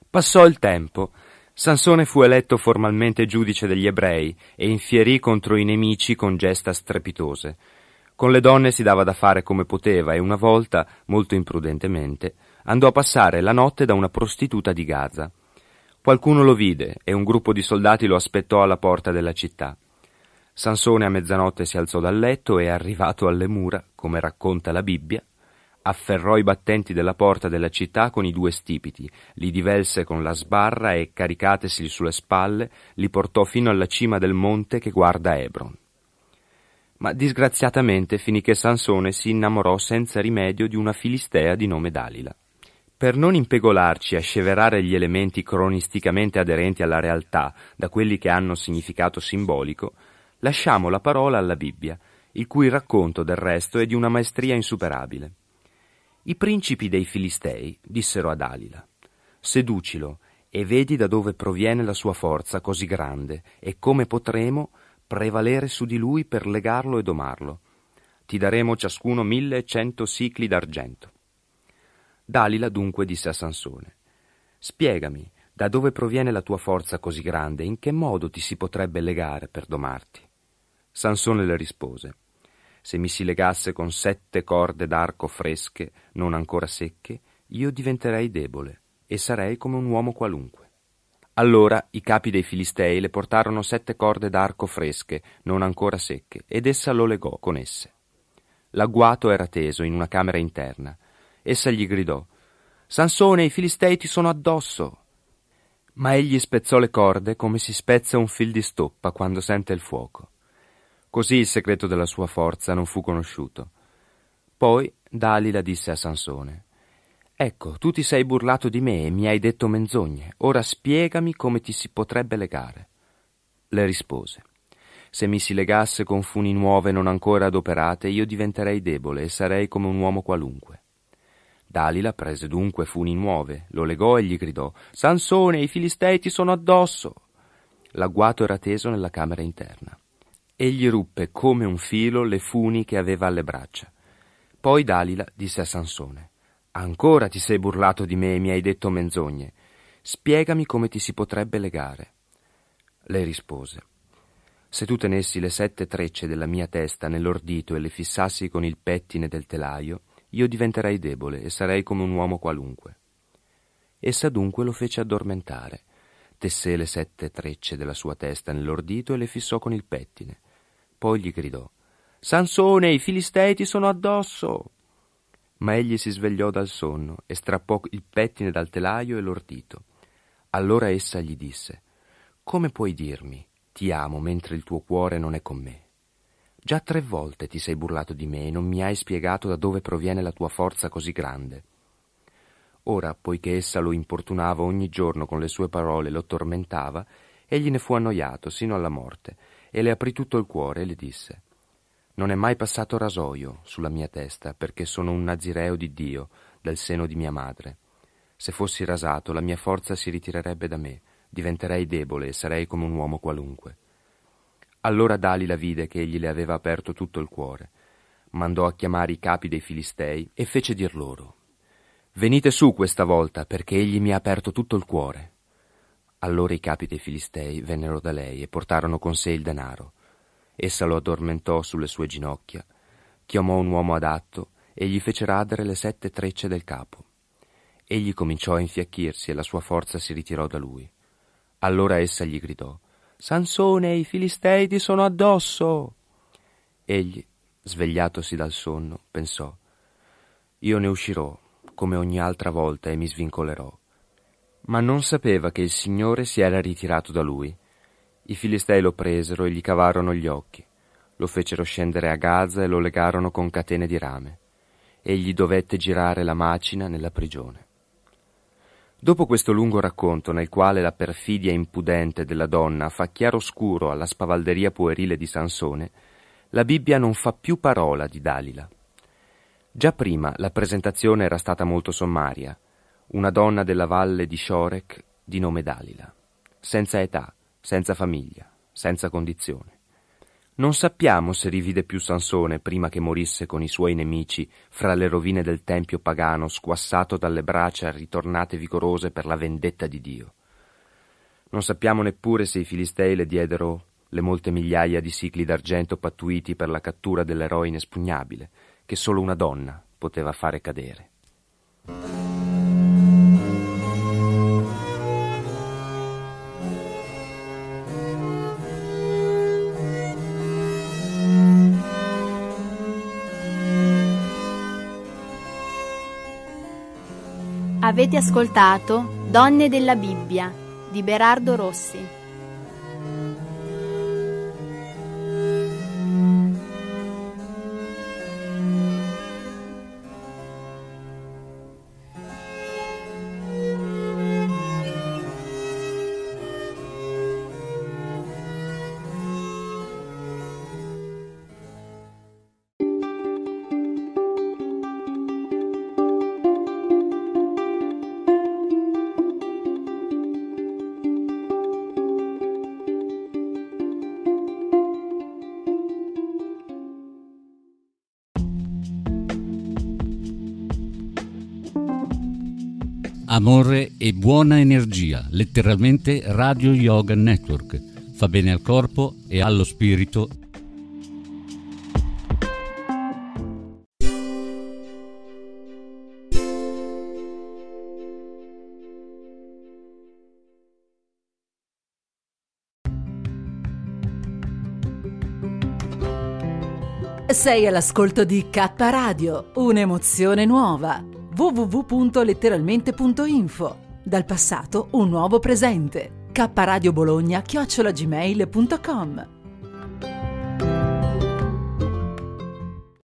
Passò il tempo. Sansone fu eletto formalmente giudice degli ebrei e infierì contro i nemici con gesta strepitose. Con le donne si dava da fare come poteva e una volta, molto imprudentemente, andò a passare la notte da una prostituta di Gaza. Qualcuno lo vide e un gruppo di soldati lo aspettò alla porta della città. Sansone a mezzanotte si alzò dal letto e, arrivato alle mura, come racconta la Bibbia, afferrò i battenti della porta della città con i due stipiti, li divelse con la sbarra e, caricatesi sulle spalle, li portò fino alla cima del monte che guarda Hebron. Ma disgraziatamente finì che Sansone si innamorò senza rimedio di una filistea di nome Dalila. Per non impegolarci a sceverare gli elementi cronisticamente aderenti alla realtà da quelli che hanno significato simbolico, lasciamo la parola alla Bibbia, il cui racconto del resto è di una maestria insuperabile. I principi dei Filistei dissero a Dalila: «Seducilo e vedi da dove proviene la sua forza così grande e come potremo prevalere su di lui per legarlo e domarlo. Ti daremo ciascuno mille e cento sicli d'argento». Dalila dunque disse a Sansone: «Spiegami, da dove proviene la tua forza così grande e in che modo ti si potrebbe legare per domarti?» Sansone le rispose: «Se mi si legasse con sette corde d'arco fresche, non ancora secche, io diventerei debole e sarei come un uomo qualunque». Allora i capi dei Filistei le portarono sette corde d'arco fresche, non ancora secche, ed essa lo legò con esse. L'agguato era teso in una camera interna. Essa gli gridò: «Sansone, i Filistei ti sono addosso!» Ma egli spezzò le corde come si spezza un fil di stoppa quando sente il fuoco. Così il segreto della sua forza non fu conosciuto. Poi Dalila disse a Sansone: «Ecco, tu ti sei burlato di me e mi hai detto menzogne. Ora spiegami come ti si potrebbe legare». Le rispose: «Se mi si legasse con funi nuove non ancora adoperate, io diventerei debole e sarei come un uomo qualunque». Dalila prese dunque funi nuove, lo legò e gli gridò: «Sansone, i Filistei ti sono addosso!» L'agguato era teso nella camera interna. Egli ruppe come un filo le funi che aveva alle braccia. Poi Dalila disse a Sansone: «Ancora ti sei burlato di me e mi hai detto menzogne. Spiegami come ti si potrebbe legare». Le rispose: «Se tu tenessi le sette trecce della mia testa nell'ordito e le fissassi con il pettine del telaio, io diventerei debole e sarei come un uomo qualunque». Essa dunque lo fece addormentare, tessé le sette trecce della sua testa nell'ordito e le fissò con il pettine. Poi gli gridò: «Sansone, i Filistei ti sono addosso!» Ma egli si svegliò dal sonno e strappò il pettine dal telaio e l'ordito. Allora essa gli disse: «Come puoi dirmi ti amo mentre il tuo cuore non è con me? Già tre volte ti sei burlato di me e non mi hai spiegato da dove proviene la tua forza così grande». Ora, poiché essa lo importunava ogni giorno con le sue parole e lo tormentava, egli ne fu annoiato sino alla morte e le aprì tutto il cuore e le disse: «Non è mai passato rasoio sulla mia testa, perché sono un nazireo di Dio, dal seno di mia madre. Se fossi rasato, la mia forza si ritirerebbe da me, diventerei debole e sarei come un uomo qualunque». Allora Dalila vide che egli le aveva aperto tutto il cuore. Mandò a chiamare i capi dei Filistei e fece dir loro: «Venite su questa volta, perché egli mi ha aperto tutto il cuore». Allora i capi dei Filistei vennero da lei e portarono con sé il denaro. Essa lo addormentò sulle sue ginocchia, chiamò un uomo adatto e gli fece radere le sette trecce del capo. Egli cominciò a infiacchirsi e la sua forza si ritirò da lui. Allora essa gli gridò: «Sansone, i Filistei ti sono addosso!» Egli, svegliatosi dal sonno, pensò: «Io ne uscirò come ogni altra volta e mi svincolerò». Ma non sapeva che il Signore si era ritirato da lui. I Filistei lo presero e gli cavarono gli occhi, lo fecero scendere a Gaza e lo legarono con catene di rame. Egli dovette girare la macina nella prigione. Dopo questo lungo racconto, nel quale la perfidia impudente della donna fa chiaroscuro alla spavalderia puerile di Sansone, la Bibbia non fa più parola di Dalila. Già prima la presentazione era stata molto sommaria: una donna della valle di Shorek di nome Dalila, senza età, senza famiglia, senza condizione. Non sappiamo se rivide più Sansone prima che morisse con i suoi nemici fra le rovine del tempio pagano, squassato dalle braccia ritornate vigorose per la vendetta di Dio. Non sappiamo neppure se i Filistei le diedero le molte migliaia di sicli d'argento pattuiti per la cattura dell'eroe inespugnabile, che solo una donna poteva fare cadere. Avete ascoltato Donne della Bibbia di Berardo Rossi. Amore e buona energia, letteralmente Radio Yoga Network. Fa bene al corpo e allo spirito. Sei all'ascolto di K Radio, un'emozione nuova. w w w punto letteralmente punto info. Dal passato un nuovo presente. K Radio Bologna chiocciola gmail punto com.